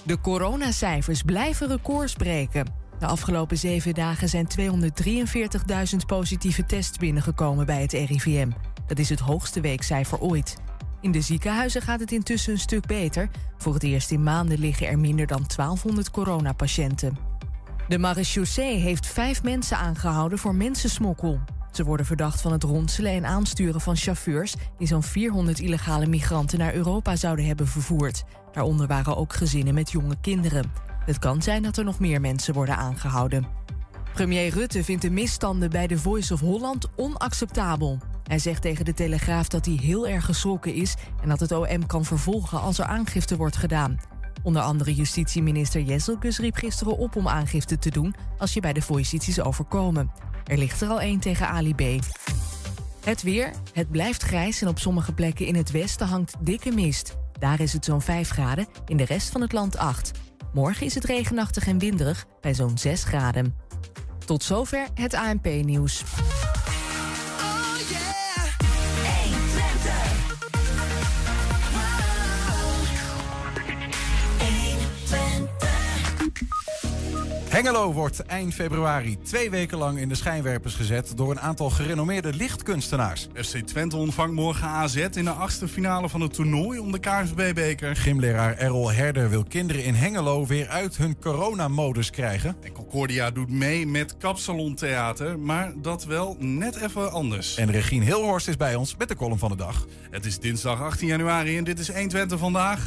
De coronacijfers blijven records breken. De afgelopen 7 dagen zijn 243.000 positieve tests binnengekomen bij het RIVM. Dat is het hoogste weekcijfer ooit. In de ziekenhuizen gaat het intussen een stuk beter. Voor het eerst in maanden liggen er minder dan 1200 coronapatiënten. De marechaussee heeft 5 mensen aangehouden voor mensensmokkel. Ze worden verdacht van het ronselen en aansturen van chauffeurs die zo'n 400 illegale migranten naar Europa zouden hebben vervoerd. Daaronder waren ook gezinnen met jonge kinderen. Het kan zijn dat er nog meer mensen worden aangehouden. Premier Rutte vindt de misstanden bij The Voice of Holland onacceptabel. Hij zegt tegen de Telegraaf dat hij heel erg geschrokken is en dat het OM kan vervolgen als er aangifte wordt gedaan. Onder andere justitieminister Jesselgus riep gisteren op om aangifte te doen als je bij The Voice iets is overkomen. Er ligt er al 1 tegen Ali B. Het weer. Het blijft grijs en op sommige plekken in het westen hangt dikke mist. Daar is het zo'n 5 graden, in de rest van het land 8. Morgen is het regenachtig en winderig bij zo'n 6 graden. Tot zover het ANP-nieuws. Hengelo wordt eind februari 2 weken lang in de schijnwerpers gezet door een aantal gerenommeerde lichtkunstenaars. FC Twente ontvangt morgen AZ in de 8e finale van het toernooi om de KNVB-beker. Gymleraar Errol Herder wil kinderen in Hengelo weer uit hun coronamodus krijgen. En Concordia doet mee met Kapsalontheater, maar dat wel net even anders. En Regine Hilhorst is bij ons met de column van de dag. Het is dinsdag 18 januari en dit is 120 vandaag.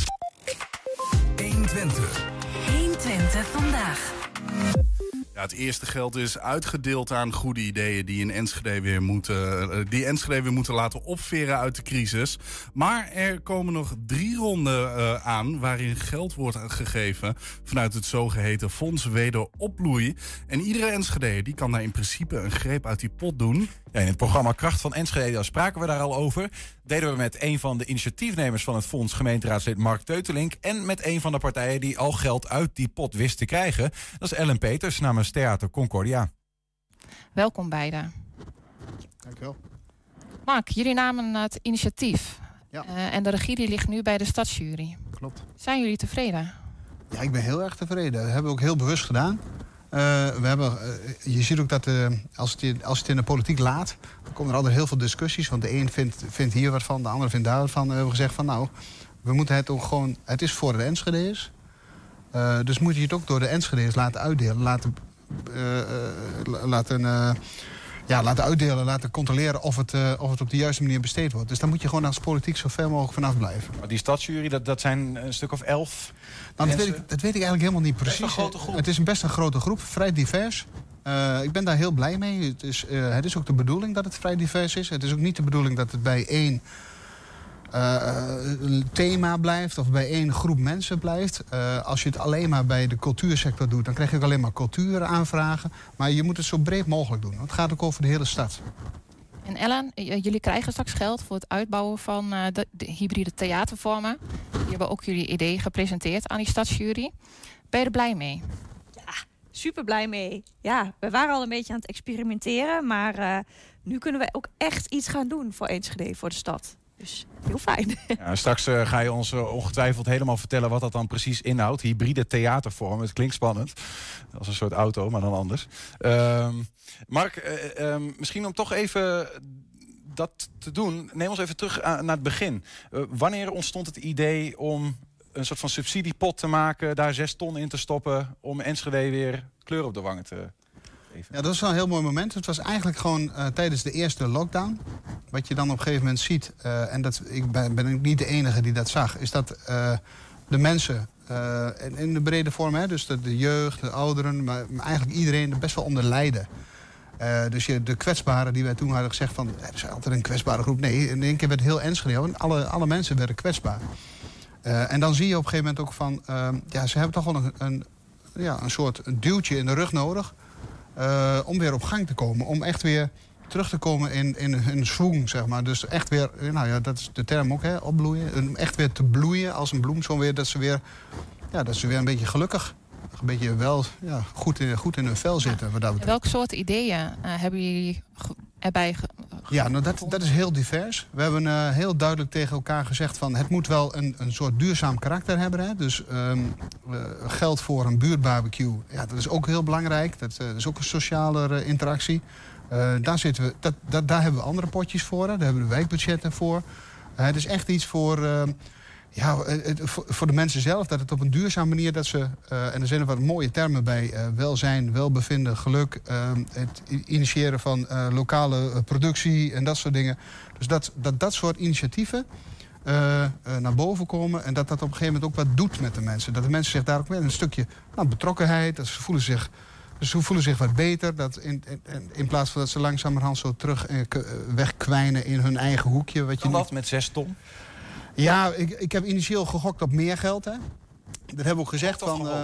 120. 120 vandaag. Ja, het eerste geld is uitgedeeld aan goede ideeën die Enschede weer moeten laten opveren uit de crisis. Maar er komen nog 3 ronden aan waarin geld wordt gegeven vanuit het zogeheten Fonds Wederopbloei. En iedere Enschede die kan daar in principe een greep uit die pot doen. Ja, in het programma Kracht van Enschede, daar spraken we daar al over. Deden we met een van de initiatiefnemers van het fonds, gemeenteraadslid Mark Teutelink, en met een van de partijen die al geld uit die pot wist te krijgen. Dat is Ellen Peters namens Theater Concordia. Welkom beiden. Dankjewel. Mark, jullie namen het initiatief. Ja. En de regie die ligt nu bij de stadsjury. Klopt. Zijn jullie tevreden? Ja, ik ben heel erg tevreden. Dat hebben we ook heel bewust gedaan. Je ziet ook dat als je het in de politiek laat, dan komen er altijd heel veel discussies. Want de een vindt hier wat van, de ander vindt daar wat van. We hebben gezegd van nou, we moeten het ook gewoon. Het is voor de Enschede's. Dus moet je het ook door de Enschede's laten uitdelen. Laten uitdelen, laten controleren of het op de juiste manier besteed wordt. Dus daar moet je gewoon als politiek zo ver mogelijk vanaf blijven. Maar die stadsjury, dat zijn een stuk of 11? Nou, dat weet ik eigenlijk helemaal niet precies. Best een grote groep. Het is best een grote groep, vrij divers. Ik ben daar heel blij mee. Het is ook de bedoeling dat het vrij divers is. Het is ook niet de bedoeling dat het bij één thema blijft of bij één groep mensen blijft. Als je het alleen maar bij de cultuursector doet, dan krijg je ook alleen maar cultuuraanvragen. Maar je moet het zo breed mogelijk doen. Het gaat ook over de hele stad. En Ellen, jullie krijgen straks geld voor het uitbouwen van de hybride theatervormen. Die hebben ook jullie idee gepresenteerd aan die stadsjury. Ben je er blij mee? Ja, super blij mee. Ja, we waren al een beetje aan het experimenteren, maar nu kunnen we ook echt iets gaan doen voor Enschede, voor de stad. Dus heel fijn. Ja, straks ga je ons ongetwijfeld helemaal vertellen wat dat dan precies inhoudt. Hybride theatervorm, het klinkt spannend. Als een soort auto, maar dan anders. Mark, misschien om toch even dat te doen, neem ons even terug naar het begin. Wanneer ontstond het idee om een soort van subsidiepot te maken, daar 6 ton in te stoppen, om Enschede weer kleur op de wangen te geven? Ja, dat was wel een heel mooi moment. Het was eigenlijk gewoon tijdens de eerste lockdown. Wat je dan op een gegeven moment ziet, en ik ben niet de enige die dat zag, is dat de mensen in de brede vorm, dus de jeugd, de ouderen, maar eigenlijk iedereen er best wel onder lijden. Dus de kwetsbaren die wij toen hadden gezegd van, er is altijd een kwetsbare groep. Nee, in één keer werd heel Enschede, alle mensen werden kwetsbaar. En dan zie je op een gegeven moment ook van, ze hebben toch wel een soort duwtje in de rug nodig. Om weer op gang te komen. Om echt weer terug te komen in hun swoon, zeg maar. Dus echt weer, dat is de term ook, opbloeien. Echt weer te bloeien als een bloem. Zo weer dat ze weer een beetje gelukkig, een beetje wel goed in hun vel zitten. Welk soort ideeën hebben jullie erbij Ja, nou dat is heel divers. We hebben heel duidelijk tegen elkaar gezegd van het moet wel een soort duurzaam karakter hebben. Hè? Dus geld voor een buurtbarbecue, ja, dat is ook heel belangrijk. Dat is ook een sociale interactie. Daar hebben we andere potjes voor. Daar hebben we wijkbudgetten voor. Het is echt iets voor de mensen zelf. Dat het op een duurzame manier dat ze... en er zijn er wat mooie termen bij. Welzijn, welbevinden, geluk. Het initiëren van lokale productie en dat soort dingen. Dus dat soort initiatieven naar boven komen. En dat op een gegeven moment ook wat doet met de mensen. Dat de mensen zich daar ook met een stukje betrokkenheid. Dat ze voelen zich wat beter. Dat in plaats van dat ze langzamerhand zo terug wegkwijnen in hun eigen hoekje. Wat met 6 ton? Ja, ik heb initieel gegokt op meer geld. Hè. Dat hebben we ook gezegd.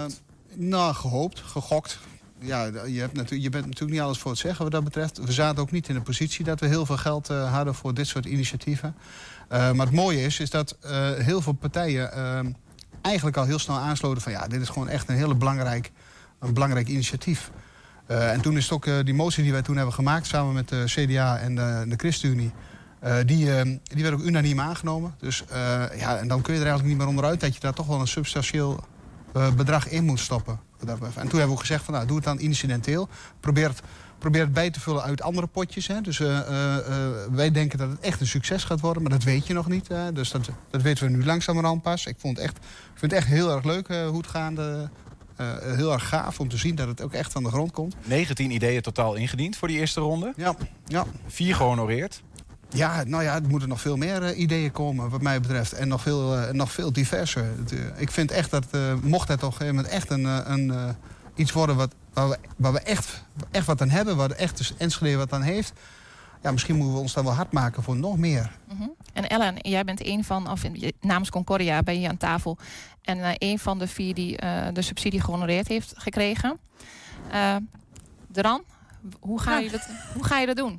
Gegokt. Ja, je bent natuurlijk niet alles voor het zeggen wat dat betreft. We zaten ook niet in de positie dat we heel veel geld hadden voor dit soort initiatieven. Maar het mooie is dat heel veel partijen eigenlijk al heel snel aansloten van ja, dit is gewoon echt een heel belangrijk initiatief. En toen is het ook die motie die wij toen hebben gemaakt samen met de CDA en de ChristenUnie. Die werd ook unaniem aangenomen. Dus en dan kun je er eigenlijk niet meer onderuit dat je daar toch wel een substantieel bedrag in moet stoppen. En toen hebben we ook gezegd van doe het dan incidenteel. Probeer het bij te vullen uit andere potjes. Hè. Dus wij denken dat het echt een succes gaat worden, maar dat weet je nog niet. Dus dat weten we nu langzamerhand pas. Ik vind het echt heel erg leuk hoe het gaande. Heel erg gaaf om te zien dat het ook echt van de grond komt. 19 ideeën totaal ingediend voor die eerste ronde. Ja. 4 gehonoreerd. Ja, nou ja, er moeten nog veel meer ideeën komen wat mij betreft. En nog veel diverser. Ik vind echt dat, mocht het op een gegeven moment echt iets worden waar we echt wat aan hebben, waar echt dus Enschede wat aan heeft. Ja, misschien moeten we ons dan wel hard maken voor nog meer. Mm-hmm. En Ellen, jij bent namens Concordia ben je aan tafel. En een van de 4 die de subsidie gehonoreerd heeft gekregen. Deran, hoe ga je dat doen?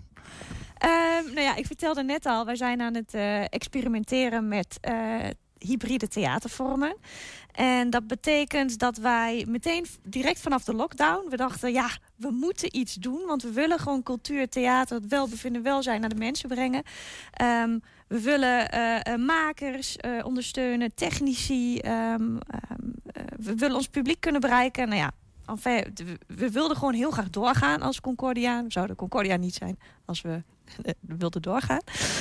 Ik vertelde net al, wij zijn aan het experimenteren met hybride theatervormen. En dat betekent dat wij meteen direct vanaf de lockdown, we dachten we moeten iets doen. Want we willen gewoon cultuur, theater, het welbevinden, welzijn naar de mensen brengen. We willen makers ondersteunen, technici. We willen ons publiek kunnen bereiken. Nou ja, we wilden gewoon heel graag doorgaan als Concordia. We zouden Concordia niet zijn als we wilden doorgaan.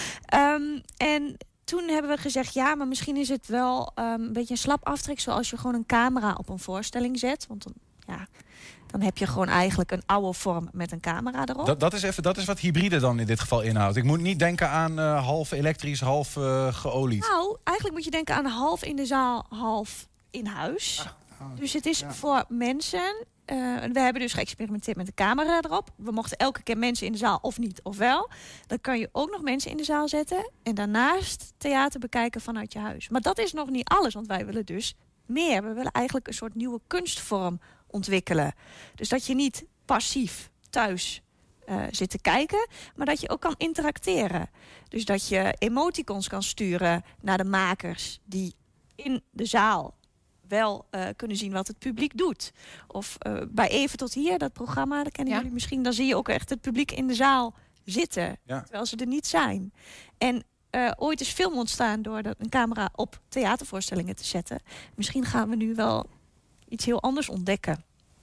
En toen hebben we gezegd, maar misschien is het wel een beetje een slap aftrek, zoals je gewoon een camera op een voorstelling zet. Want dan heb je gewoon eigenlijk een oude vorm met een camera erop. Dat is wat hybride dan in dit geval inhoudt. Ik moet niet denken aan half elektrisch, half geolied. Nou, eigenlijk moet je denken aan half in de zaal, half in huis. Dus het is voor mensen. We hebben dus geëxperimenteerd met de camera erop. We mochten elke keer mensen in de zaal of niet of wel. Dan kan je ook nog mensen in de zaal zetten. En daarnaast theater bekijken vanuit je huis. Maar dat is nog niet alles, want wij willen dus meer. We willen eigenlijk een soort nieuwe kunstvorm ontwikkelen. Dus dat je niet passief thuis zit te kijken, maar dat je ook kan interacteren. Dus dat je emoticons kan sturen naar de makers die in de zaal wel kunnen zien wat het publiek doet. Of bij Even tot Hier, dat programma, dat kennen jullie misschien. Dan zie je ook echt het publiek in de zaal zitten, terwijl ze er niet zijn. En ooit is film ontstaan door een camera op theatervoorstellingen te zetten. Misschien gaan we nu wel iets heel anders ontdekken.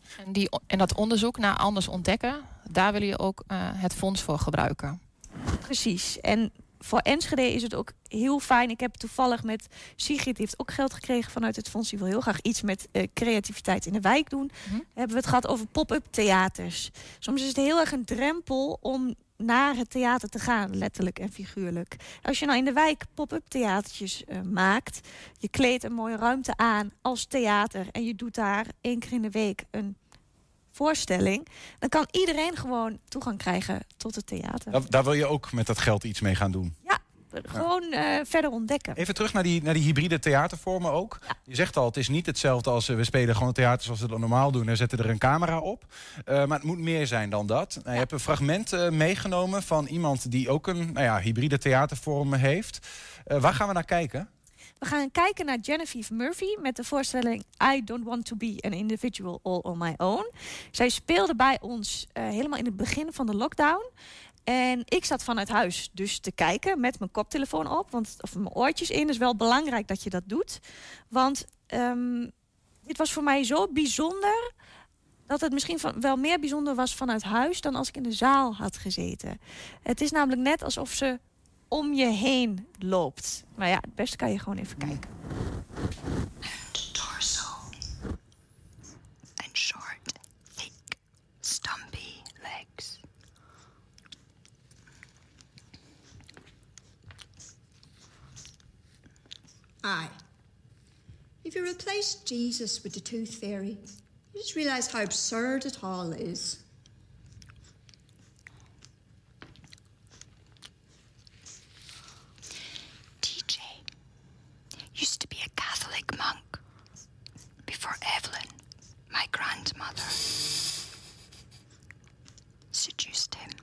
En dat onderzoek naar anders ontdekken, daar wil je ook het fonds voor gebruiken. Precies. En voor Enschede is het ook heel fijn. Ik heb toevallig met Sigrid, die heeft ook geld gekregen vanuit het fonds. Die wil heel graag iets met creativiteit in de wijk doen. Hebben we het gehad over pop-up theaters. Soms is het heel erg een drempel om naar het theater te gaan, letterlijk en figuurlijk. Als je nou in de wijk pop-up theatertjes maakt, je kleedt een mooie ruimte aan als theater en je doet daar 1 keer in de week een voorstelling, dan kan iedereen gewoon toegang krijgen tot het theater. Daar wil je ook met dat geld iets mee gaan doen? Ja, gewoon verder ontdekken. Even terug naar die hybride theatervormen ook. Ja. Je zegt al, het is niet hetzelfde als we spelen gewoon theater zoals we dat normaal doen en zetten er een camera op. Maar het moet meer zijn dan dat. Je hebt een fragment meegenomen van iemand die ook een hybride theatervorm heeft. Waar gaan we naar kijken? We gaan kijken naar Genevieve Murphy met de voorstelling I Don't Want To Be an Individual All On My Own. Zij speelde bij ons helemaal in het begin van de lockdown. En ik zat vanuit huis dus te kijken met mijn koptelefoon op. Of mijn oortjes in. Het is wel belangrijk dat je dat doet. Want dit was voor mij zo bijzonder... dat het misschien wel meer bijzonder was vanuit huis... dan als ik in de zaal had gezeten. Het is namelijk net alsof ze om je heen loopt. Maar ja, het beste kan je gewoon even kijken. And torso. And short, thick, stumpy legs. Aye. If you replace Jesus with the Tooth Fairy, you just realize how absurd it all is. TJ used to be a Catholic monk before Evelyn, my grandmother, seduced him.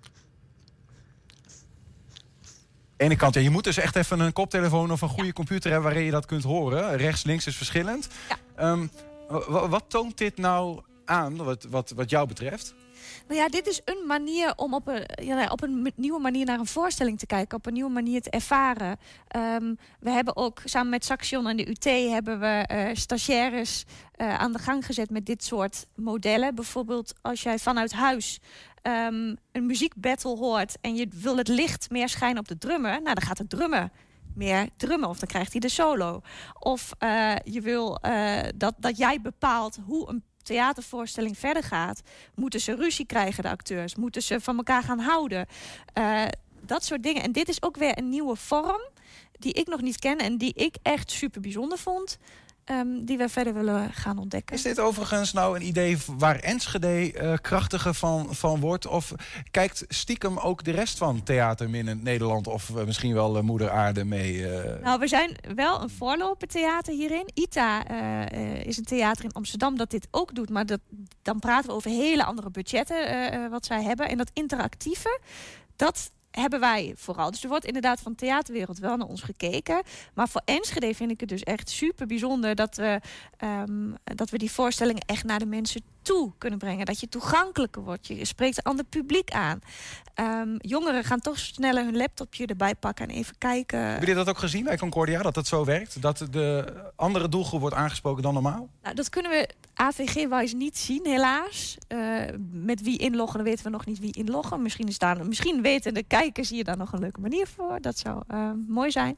Aan de ene kant, je moet dus echt even een koptelefoon of een goede computer hebben waarin je dat kunt horen. Rechts, links is verschillend. Ja. Wat toont dit nou aan, wat jou betreft? Nou ja, dit is een manier om op een nieuwe manier naar een voorstelling te kijken. Op een nieuwe manier te ervaren. We hebben ook samen met Saxion en de UT hebben we stagiaires aan de gang gezet met dit soort modellen. Bijvoorbeeld als jij vanuit huis een muziekbattle hoort en je wil het licht meer schijnen op de drummer. Nou, dan gaat de drummer meer drummen of dan krijgt hij de solo. Of je wil dat jij bepaalt hoe een theatervoorstelling verder gaat. Moeten ze ruzie krijgen, de acteurs? Moeten ze van elkaar gaan houden? Dat soort dingen. En dit is ook weer een nieuwe vorm die ik nog niet ken en die ik echt super bijzonder vond. Die we verder willen gaan ontdekken. Is dit overigens nou een idee waar Enschede krachtiger van wordt? Of kijkt stiekem ook de rest van theater in Nederland of misschien wel Moeder Aarde mee? Nou, we zijn wel een voorlopertheater hierin. ITA is een theater in Amsterdam dat dit ook doet. Maar dan praten we over hele andere budgetten wat zij hebben. En dat interactieve, dat hebben wij vooral. Dus er wordt inderdaad van de theaterwereld wel naar ons gekeken. Maar voor Enschede vind ik het dus echt super bijzonder dat we die voorstellingen echt naar de mensen toe kunnen brengen. Dat je toegankelijker wordt. Je spreekt een ander publiek aan. Jongeren gaan toch sneller hun laptopje erbij pakken en even kijken. Hebben jullie dat ook gezien bij Concordia, dat zo werkt? Dat de andere doelgroep wordt aangesproken dan normaal? Nou, dat kunnen we AVG-wise niet zien, helaas. Met wie inloggen, dan weten we nog niet wie inloggen. Misschien weten de kijkers hier daar nog een leuke manier voor. Dat zou mooi zijn.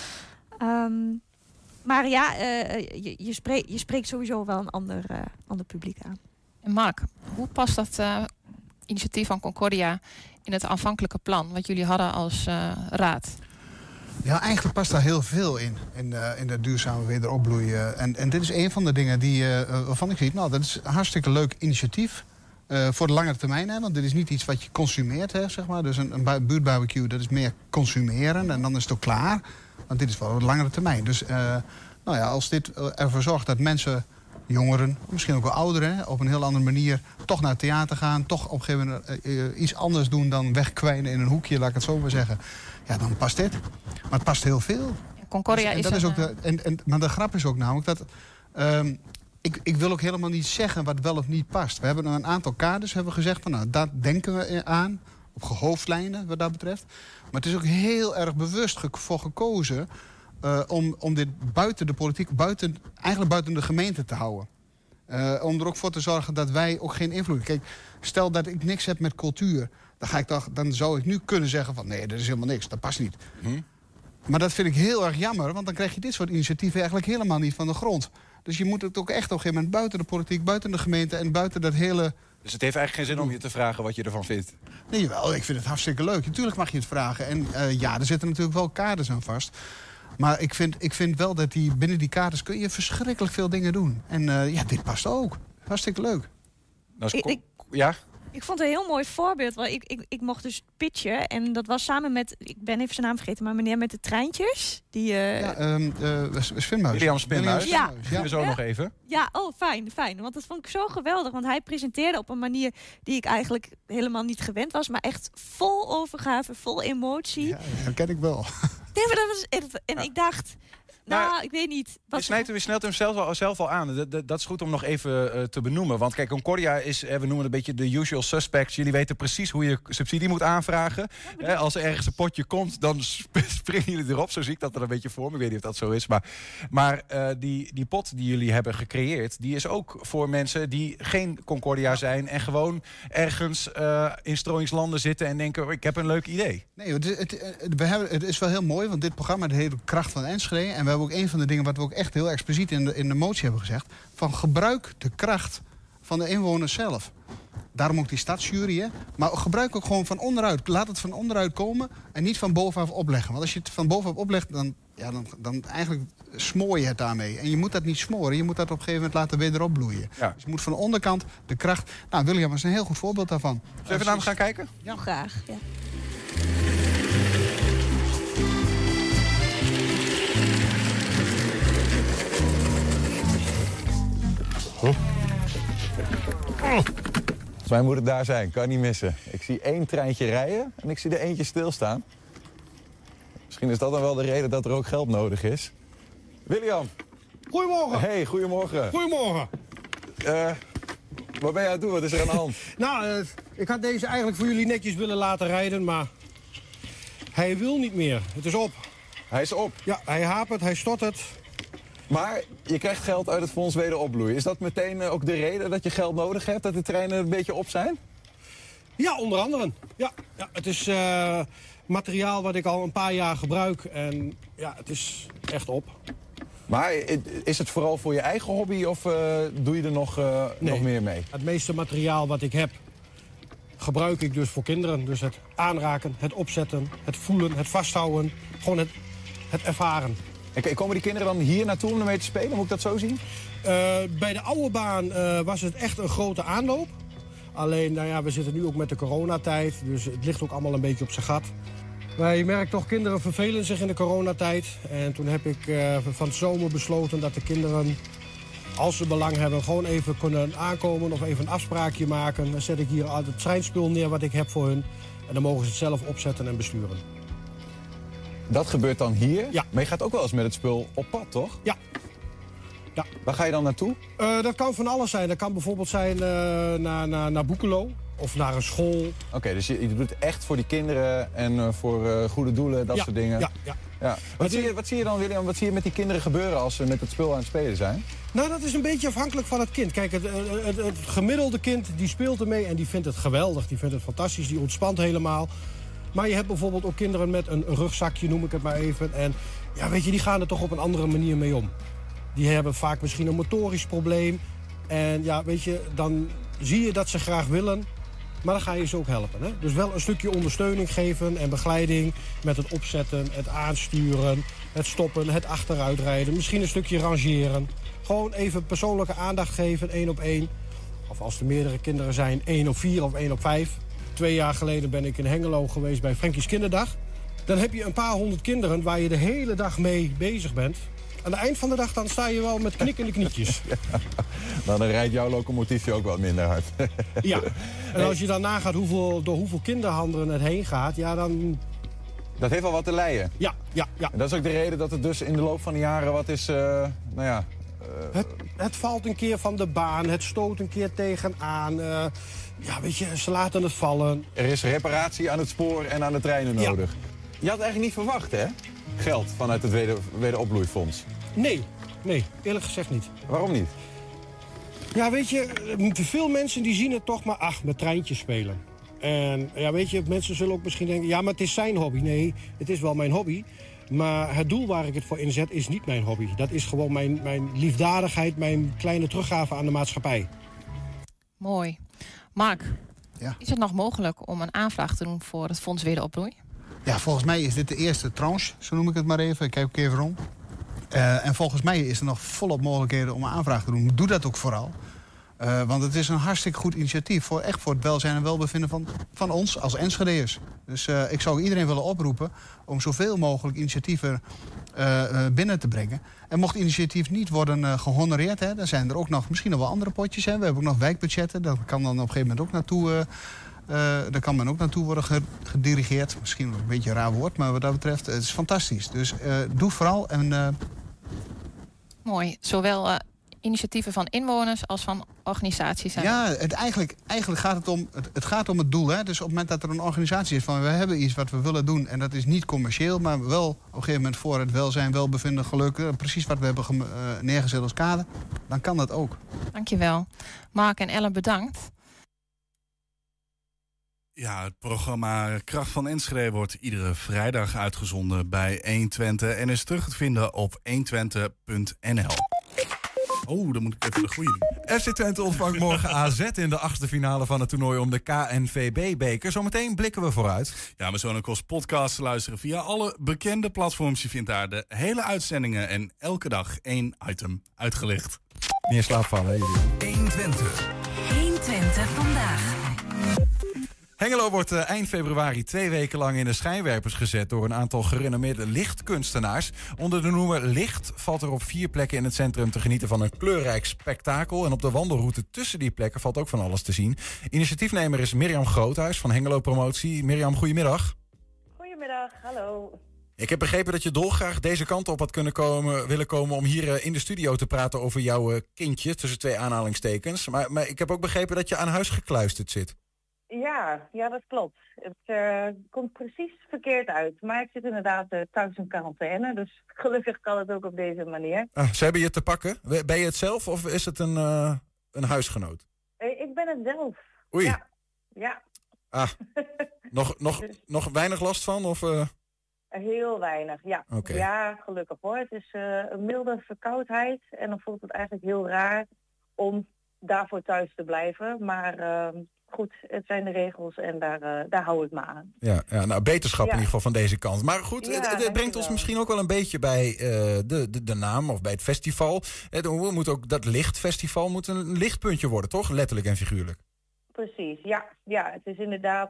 Maar ja, je spreekt sowieso wel een ander publiek aan. En Mark, hoe past dat initiatief van Concordia in het aanvankelijke plan wat jullie hadden als raad? Ja, eigenlijk past daar heel veel in de duurzame wederopbloei. En dit is een van de dingen waarvan ik zie, nou, dat is een hartstikke leuk initiatief. Voor de langere termijn, hè, want dit is niet iets wat je consumeert, hè, zeg maar. Dus een buurtbarbecue, dat is meer consumeren en dan is het ook klaar. Want dit is wel de langere termijn. Dus nou ja, als dit ervoor zorgt dat mensen, jongeren, misschien ook wel ouderen, hè, op een heel andere manier toch naar het theater gaan, toch op een gegeven moment iets anders doen dan wegkwijnen in een hoekje, laat ik het zo maar zeggen. Ja, dan past dit. Maar het past heel veel. Concordia dus, is ook maar de grap is ook namelijk dat ik wil ook helemaal niet zeggen wat wel of niet past. We hebben een aantal kaders hebben gezegd van, nou, daar denken we aan. Op hoofdlijnen wat dat betreft. Maar het is ook heel erg bewust voor gekozen om dit buiten de politiek, eigenlijk buiten de gemeente te houden. Om er ook voor te zorgen dat wij ook geen invloed hebben. Kijk, stel dat ik niks heb met cultuur. Dan zou ik nu kunnen zeggen van nee, dat is helemaal niks. Dat past niet. Maar dat vind ik heel erg jammer. Want dan krijg je dit soort initiatieven eigenlijk helemaal niet van de grond. Dus je moet het ook echt op een gegeven moment buiten de politiek, buiten de gemeente en buiten dat hele. Dus het heeft eigenlijk geen zin om je te vragen wat je ervan vindt? Nee, jawel, ik vind het hartstikke leuk. Natuurlijk mag je het vragen. En ja, er zitten natuurlijk wel kaders aan vast. Maar ik vind wel dat binnen die kaders kun je verschrikkelijk veel dingen doen. En ja, dit past ook. Hartstikke leuk. Ja? Ik vond het een heel mooi voorbeeld. Want ik mocht dus pitchen. En dat was samen met, ik ben even zijn naam vergeten, maar meneer met de treintjes. Spinmuis. William Spinmuis. Ja. Zien we zo nog even. Ja, oh, fijn. Want dat vond ik zo geweldig. Want hij presenteerde op een manier die ik eigenlijk helemaal niet gewend was. Maar echt vol overgave, vol emotie. Ja, dat ken ik wel. Nee, maar dat was, en ik dacht, Nou, ik weet niet. Je snelt hem zelf al aan. Dat is goed om nog even te benoemen. Want kijk, Concordia is, we noemen het een beetje de usual suspects. Jullie weten precies hoe je subsidie moet aanvragen. Als er ergens een potje komt, dan springen jullie erop. Zo zie ik dat er een beetje voor me. Ik weet niet of dat zo is. Maar die pot die jullie hebben gecreëerd, die is ook voor mensen die geen Concordia zijn en gewoon ergens in strooingslanden zitten en denken, ik heb een leuk idee. Nee, het is wel heel mooi, want dit programma heet de Kracht van Enschede. En we hebben ook een van de dingen wat we ook echt heel expliciet in de motie hebben gezegd, van gebruik de kracht van de inwoners zelf. Daarom ook die stadsjury, hè? Maar gebruik ook gewoon van onderuit. Laat het van onderuit komen en niet van bovenaf opleggen. Want als je het van bovenaf oplegt, dan eigenlijk smoor je het daarmee. En je moet dat niet smoren, je moet dat op een gegeven moment laten wederop bloeien. Ja. Dus je moet van de onderkant de kracht... Nou, William was een heel goed voorbeeld daarvan. Zullen we even naar hem gaan kijken? Ja, graag. Ja. Volgens mij moet het daar zijn, kan niet missen. Ik zie 1 treintje rijden en ik zie er eentje stilstaan. Misschien is dat dan wel de reden dat er ook geld nodig is. William. Goedemorgen. Hey, goedemorgen. Goedemorgen. Wat ben je aan het doen? Wat is er aan de hand? Nou, ik had deze eigenlijk voor jullie netjes willen laten rijden, maar hij wil niet meer. Het is op. Hij is op? Ja, hij hapert, hij stottert. Maar je krijgt geld uit het Fonds Wederopbloei. Is dat meteen ook de reden dat je geld nodig hebt? Dat de treinen een beetje op zijn? Ja, onder andere. Ja, het is materiaal wat ik al een paar jaar gebruik. En ja, het is echt op. Maar is het vooral voor je eigen hobby of doe je er nog meer mee? Het meeste materiaal wat ik heb gebruik ik dus voor kinderen. Dus het aanraken, het opzetten, het voelen, het vasthouden. Gewoon het ervaren. En komen die kinderen dan hier naartoe om ermee te spelen? Moet ik dat zo zien? Bij de oude baan was het echt een grote aanloop. Alleen, nou ja, we zitten nu ook met de coronatijd. Dus het ligt ook allemaal een beetje op zijn gat. Maar je merkt toch, kinderen vervelen zich in de coronatijd. En toen heb ik van het zomer besloten dat de kinderen, als ze belang hebben, gewoon even kunnen aankomen of even een afspraakje maken. Dan zet ik hier al het treinspul neer wat ik heb voor hun. En dan mogen ze het zelf opzetten en besturen. Dat gebeurt dan hier? Ja. Maar je gaat ook wel eens met het spul op pad, toch? Ja. Waar ga je dan naartoe? Dat kan van alles zijn. Dat kan bijvoorbeeld zijn naar Boekelo of naar een school. Oké, dus je doet het echt voor die kinderen en voor goede doelen, dat soort dingen? Ja. Wat zie je dan, William? Wat zie je met die kinderen gebeuren als ze met het spul aan het spelen zijn? Nou, dat is een beetje afhankelijk van het kind. Kijk, het gemiddelde kind die speelt ermee en die vindt het geweldig. Die vindt het fantastisch, die ontspant helemaal. Maar je hebt bijvoorbeeld ook kinderen met een rugzakje, noem ik het maar even. En ja, weet je, die gaan er toch op een andere manier mee om. Die hebben vaak misschien een motorisch probleem. En ja, weet je, dan zie je dat ze graag willen. Maar dan ga je ze ook helpen. Hè? Dus wel een stukje ondersteuning geven en begeleiding met het opzetten, het aansturen, het stoppen, het achteruitrijden. Misschien een stukje rangeren. Gewoon even persoonlijke aandacht geven, 1 op 1. Of als er meerdere kinderen zijn, 1 op 4 of 1 op 5. 2 jaar geleden ben ik in Hengelo geweest bij Frankie's Kinderdag. Dan heb je een paar honderd kinderen waar je de hele dag mee bezig bent. Aan het eind van de dag dan sta je wel met knikkende knietjes. Ja. Nou, dan rijdt jouw locomotiefje ook wat minder hard. Ja, en als je dan nagaat door hoeveel kinderhandelen het heen gaat, ja dan... Dat heeft wel wat te leiden. Ja. En dat is ook de reden dat het dus in de loop van de jaren wat is, Het valt een keer van de baan, het stoot een keer tegenaan. Ja, weet je, ze laten het vallen. Er is reparatie aan het spoor en aan de treinen nodig. Ja. Je had eigenlijk niet verwacht, hè? Geld vanuit het Wederopbloeifonds. Nee, eerlijk gezegd niet. Waarom niet? Ja, weet je, veel mensen die zien het toch maar, met treintjes spelen. En ja, weet je, mensen zullen ook misschien denken, ja, maar het is zijn hobby. Nee, het is wel mijn hobby. Maar het doel waar ik het voor inzet is niet mijn hobby. Dat is gewoon mijn liefdadigheid, mijn kleine teruggave aan de maatschappij. Mooi. Mark, is het nog mogelijk om een aanvraag te doen voor het Fonds Wederopbloei? Ja, volgens mij is dit de eerste tranche, zo noem ik het maar even. Ik kijk ook even rond. En volgens mij is er nog volop mogelijkheden om een aanvraag te doen. Doe dat ook vooral. Want het is een hartstikke goed initiatief. Echt voor het welzijn en welbevinden van ons als Enschedeërs. Dus ik zou iedereen willen oproepen om zoveel mogelijk initiatieven binnen te brengen. En mocht initiatief niet worden gehonoreerd, hè, dan zijn er ook nog misschien nog wel andere potjes. Hè. We hebben ook nog wijkbudgetten. Dat kan dan op een gegeven moment ook naartoe... daar kan men ook naartoe worden gedirigeerd. Misschien een beetje een raar woord, maar wat dat betreft, het is fantastisch. Dus doe vooral en Mooi. Zowel initiatieven van inwoners als van organisaties. Ja, eigenlijk gaat het gaat om het doel. Hè? Dus op het moment dat er een organisatie is van we hebben iets wat we willen doen en dat is niet commercieel, maar wel op een gegeven moment voor het welzijn, welbevinden, geluk, precies wat we hebben neergezet als kader, dan kan dat ook. Dankjewel. Mark en Ellen, bedankt. Ja, het programma Kracht van Enschede wordt iedere vrijdag uitgezonden bij 120 en is terug te vinden op 120.nl. Oh, dan moet ik even de goede doen. FC Twente ontvangt morgen AZ in de achtste finale van het toernooi om de KNVB-beker. Zometeen blikken we vooruit. Ja, maar zo ook als podcast te luisteren via alle bekende platforms. Je vindt daar de hele uitzendingen en elke dag 1 item uitgelicht. Meer slaapvallen, hè, jullie? 120. 120 vandaag. Hengelo wordt eind februari 2 weken lang in de schijnwerpers gezet door een aantal gerenommeerde lichtkunstenaars. Onder de noemer Licht valt er op 4 plekken in het centrum te genieten van een kleurrijk spektakel. En op de wandelroute tussen die plekken valt ook van alles te zien. Initiatiefnemer is Mirjam Groothuis van Hengelo Promotie. Mirjam, goedemiddag. Goedemiddag, hallo. Ik heb begrepen dat je dolgraag deze kant op had willen komen om hier in de studio te praten over jouw kindje, tussen 2 aanhalingstekens. Maar ik heb ook begrepen dat je aan huis gekluisterd zit. Ja, dat klopt. Het komt precies verkeerd uit. Maar ik zit inderdaad thuis in quarantaine. Dus gelukkig kan het ook op deze manier. Ze hebben je te pakken. Ben je het zelf of is het een huisgenoot? Ik ben het zelf. Oei. Ja. Nog weinig last van? Of, Heel weinig, ja. Okay. Ja, gelukkig hoor. Het is een milde verkoudheid. En dan voelt het eigenlijk heel raar om daarvoor thuis te blijven. Maar goed, het zijn de regels en daar hou ik me aan. Ja, nou, beterschap in ieder geval van deze kant. Maar goed, het brengt ons misschien ook wel een beetje bij de naam of bij het festival. Moet ook dat lichtfestival moet een lichtpuntje worden, toch? Letterlijk en figuurlijk. Precies, ja. Het is inderdaad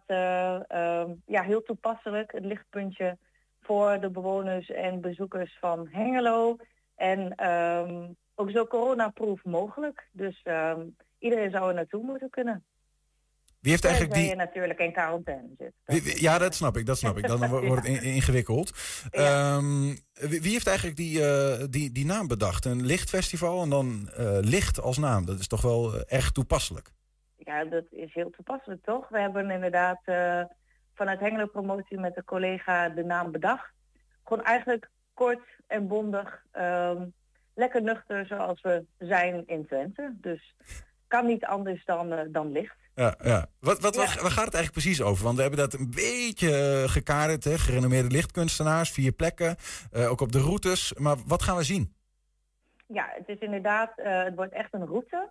heel toepasselijk. Het lichtpuntje voor de bewoners en bezoekers van Hengelo. En ook zo coronaproof mogelijk. Dus iedereen zou er naartoe moeten kunnen. Wie heeft eigenlijk je natuurlijk in quarantaine zit. Ja, dat snap ik. Dan wordt het ingewikkeld. Ja. Wie heeft eigenlijk die naam bedacht? Een lichtfestival en dan licht als naam. Dat is toch wel erg toepasselijk? Ja, dat is heel toepasselijk, toch? We hebben inderdaad vanuit Hengelo Promotie met een collega de naam bedacht. Gewoon eigenlijk kort en bondig. Lekker nuchter zoals we zijn in Twente. Dus kan niet anders dan licht. Ja. Waar gaat het eigenlijk precies over? Want we hebben dat een beetje gekaderd, hè? Gerenommeerde lichtkunstenaars, 4 plekken, ook op de routes. Maar wat gaan we zien? Ja, het is inderdaad, het wordt echt een route.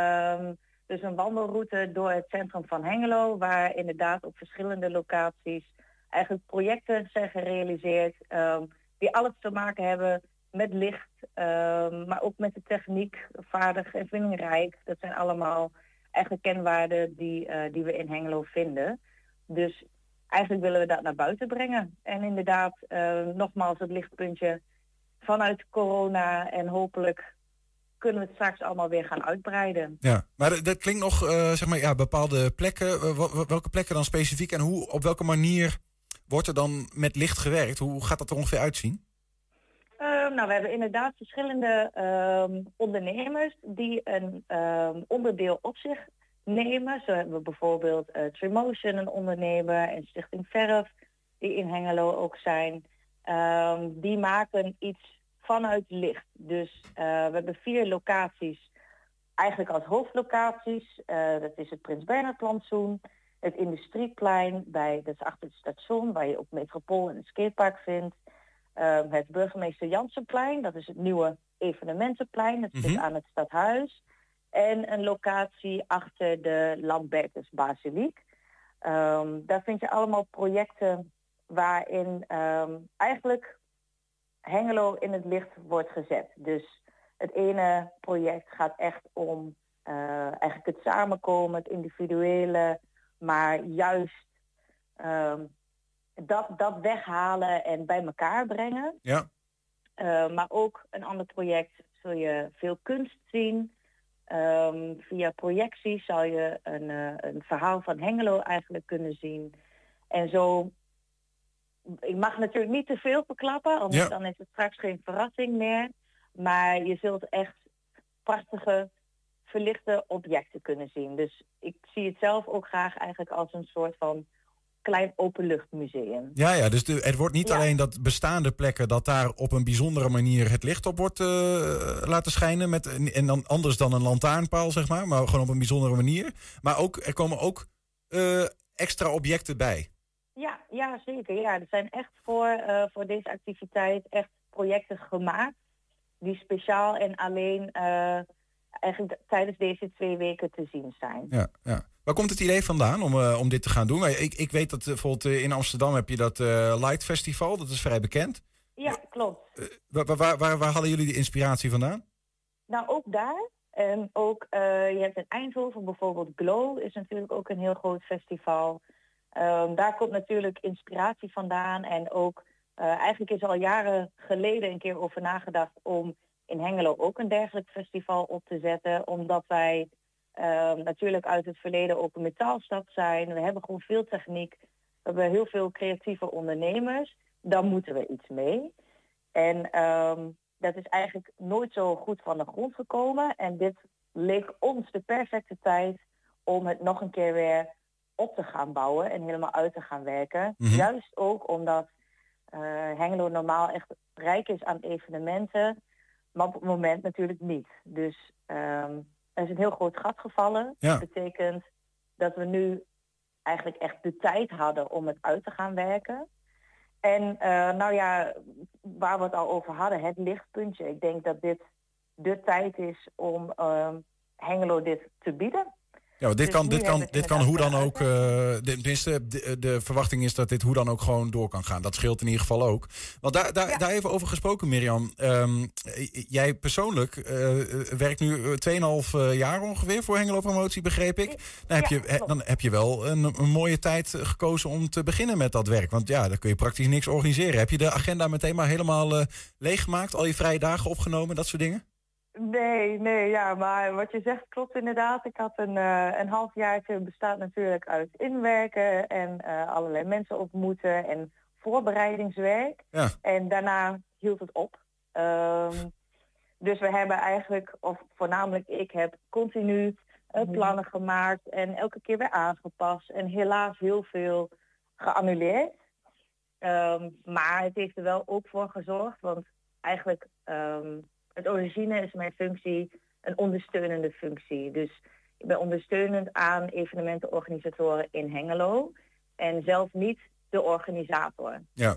Dus een wandelroute door het centrum van Hengelo, waar inderdaad op verschillende locaties eigenlijk projecten zijn gerealiseerd die alles te maken hebben met licht, maar ook met de techniek, vaardig en vindingrijk. Dat zijn allemaal eigenlijk kenwaarden die we in Hengelo vinden. Dus eigenlijk willen we dat naar buiten brengen. En inderdaad, nogmaals het lichtpuntje vanuit corona en hopelijk kunnen we het straks allemaal weer gaan uitbreiden. Ja, maar dat klinkt nog, bepaalde plekken. Welke plekken dan specifiek en op welke manier wordt er dan met licht gewerkt? Hoe gaat dat er ongeveer uitzien? We hebben inderdaad verschillende ondernemers die een onderdeel op zich nemen. Zo hebben we bijvoorbeeld Trimotion, een ondernemer, en Stichting Verf, die in Hengelo ook zijn. Die maken iets vanuit licht. Dus we hebben 4 locaties, eigenlijk als hoofdlocaties. Dat is het Prins Bernhard Plantsoen, het Industrieplein, dat is achter het station, waar je ook Metropool en het skatepark vindt. Het Burgemeester Jansenplein, dat is het nieuwe evenementenplein, dat zit aan het stadhuis. En een locatie achter de Lambertus Basiliek. Daar vind je allemaal projecten waarin eigenlijk Hengelo in het licht wordt gezet. Dus het ene project gaat echt om eigenlijk het samenkomen, het individuele, maar juist dat weghalen en bij elkaar brengen. Ja. Maar ook een ander project zul je veel kunst zien. Via projectie zal je een verhaal van Hengelo eigenlijk kunnen zien. En zo, ik mag natuurlijk niet te veel verklappen, anders dan is het straks geen verrassing meer. Maar je zult echt prachtige verlichte objecten kunnen zien. Dus ik zie het zelf ook graag eigenlijk als een soort van klein openluchtmuseum. Ja, dus het wordt niet alleen dat bestaande plekken, dat daar op een bijzondere manier het licht op wordt laten schijnen. En dan anders dan een lantaarnpaal, zeg maar gewoon op een bijzondere manier. Maar ook, er komen ook extra objecten bij. Ja, zeker. Ja, er zijn echt voor deze activiteit echt projecten gemaakt die speciaal en alleen eigenlijk tijdens deze 2 weken te zien zijn. Ja. Waar komt het idee vandaan om dit te gaan doen? Ik weet dat bijvoorbeeld in Amsterdam heb je dat Light Festival. Dat is vrij bekend. Ja, klopt. Waar hadden jullie de inspiratie vandaan? Nou, ook daar. En ook, je hebt in Eindhoven bijvoorbeeld Glow, is natuurlijk ook een heel groot festival. Daar komt natuurlijk inspiratie vandaan. En ook, eigenlijk is al jaren geleden een keer over nagedacht om in Hengelo ook een dergelijk festival op te zetten. Omdat wij natuurlijk uit het verleden ook een metaalstad zijn. We hebben gewoon veel techniek. We hebben heel veel creatieve ondernemers. Daar moeten we iets mee. En dat is eigenlijk nooit zo goed van de grond gekomen. En dit leek ons de perfecte tijd om het nog een keer weer op te gaan bouwen en helemaal uit te gaan werken. Mm-hmm. Juist ook omdat Hengelo normaal echt rijk is aan evenementen, maar op het moment natuurlijk niet. Dus er is een heel groot gat gevallen. Ja. Dat betekent dat we nu eigenlijk echt de tijd hadden om het uit te gaan werken. En waar we het al over hadden, het lichtpuntje. Ik denk dat dit de tijd is om Hengelo dit te bieden. Ja, dit kan hoe dan ook. Tenminste, de verwachting is dat dit hoe dan ook gewoon door kan gaan. Dat scheelt in ieder geval ook. Want daar even over gesproken, Mirjam. Jij persoonlijk werkt nu 2,5 jaar ongeveer voor Hengelo Promotie, begreep ik. Dan heb je wel een mooie tijd gekozen om te beginnen met dat werk. Want ja, dan kun je praktisch niks organiseren. Heb je de agenda meteen maar helemaal leeggemaakt? Al je vrije dagen opgenomen, dat soort dingen? Nee, maar wat je zegt klopt inderdaad. Ik had een halfjaartje, bestaat natuurlijk uit inwerken en allerlei mensen ontmoeten en voorbereidingswerk. Ja. En daarna hield het op. Dus we hebben eigenlijk, of voornamelijk ik heb continu plannen gemaakt en elke keer weer aangepast en helaas heel veel geannuleerd. Maar het heeft er wel ook voor gezorgd, want eigenlijk het origine is mijn functie een ondersteunende functie. Dus ik ben ondersteunend aan evenementenorganisatoren in Hengelo en zelf niet de organisator. Ja.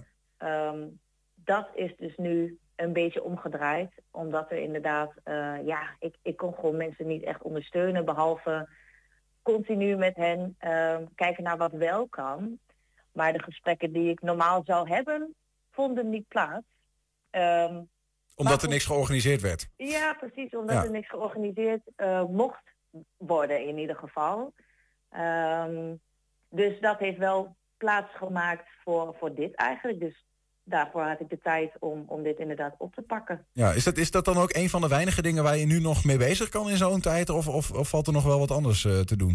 Dat is dus nu een beetje omgedraaid, omdat er inderdaad, ik kon gewoon mensen niet echt ondersteunen, behalve continu met hen kijken naar wat wel kan. Maar de gesprekken die ik normaal zou hebben, vonden niet plaats. Omdat er niks georganiseerd werd. Ja, precies. Omdat er niks georganiseerd mocht worden in ieder geval. Dus dat heeft wel plaats gemaakt voor dit eigenlijk. Dus daarvoor had ik de tijd om dit inderdaad op te pakken. Ja, is dat dan ook een van de weinige dingen waar je nu nog mee bezig kan in zo'n tijd? Of valt er nog wel wat anders te doen?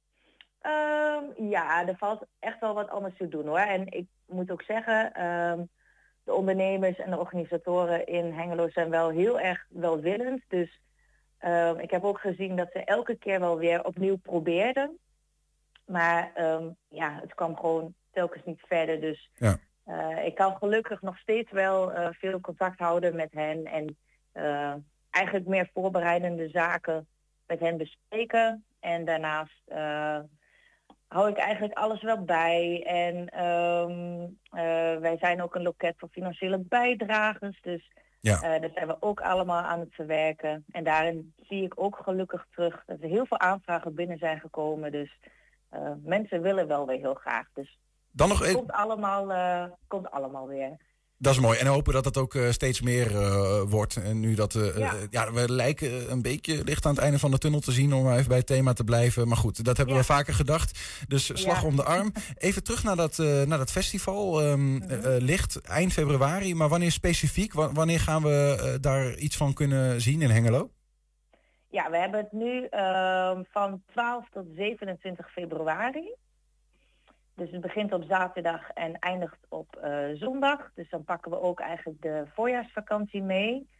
Ja, er valt echt wel wat anders te doen hoor. En ik moet ook zeggen, de ondernemers en de organisatoren in Hengelo zijn wel heel erg welwillend. Dus ik heb ook gezien dat ze elke keer wel weer opnieuw probeerden. Maar het kwam gewoon telkens niet verder. Dus ik kan gelukkig nog steeds wel veel contact houden met hen. En eigenlijk meer voorbereidende zaken met hen bespreken. En daarnaast hou ik eigenlijk alles wel bij. En wij zijn ook een loket voor financiële bijdragers. Dus daar zijn we ook allemaal aan het verwerken. En daarin zie ik ook gelukkig terug dat er heel veel aanvragen binnen zijn gekomen. Dus mensen willen wel weer heel graag. Dus dan nog het komt allemaal weer. Dat is mooi. En hopen dat het ook steeds meer wordt. En nu dat we lijken een beetje licht aan het einde van de tunnel te zien, om maar even bij het thema te blijven. Maar goed, dat hebben we vaker gedacht. Dus slag om de arm. Even terug naar dat festival. Licht eind februari. Maar wanneer specifiek? Wanneer gaan we daar iets van kunnen zien in Hengelo? Ja, we hebben het nu van 12 tot 27 februari. Dus het begint op zaterdag en eindigt op zondag. Dus dan pakken we ook eigenlijk de voorjaarsvakantie mee.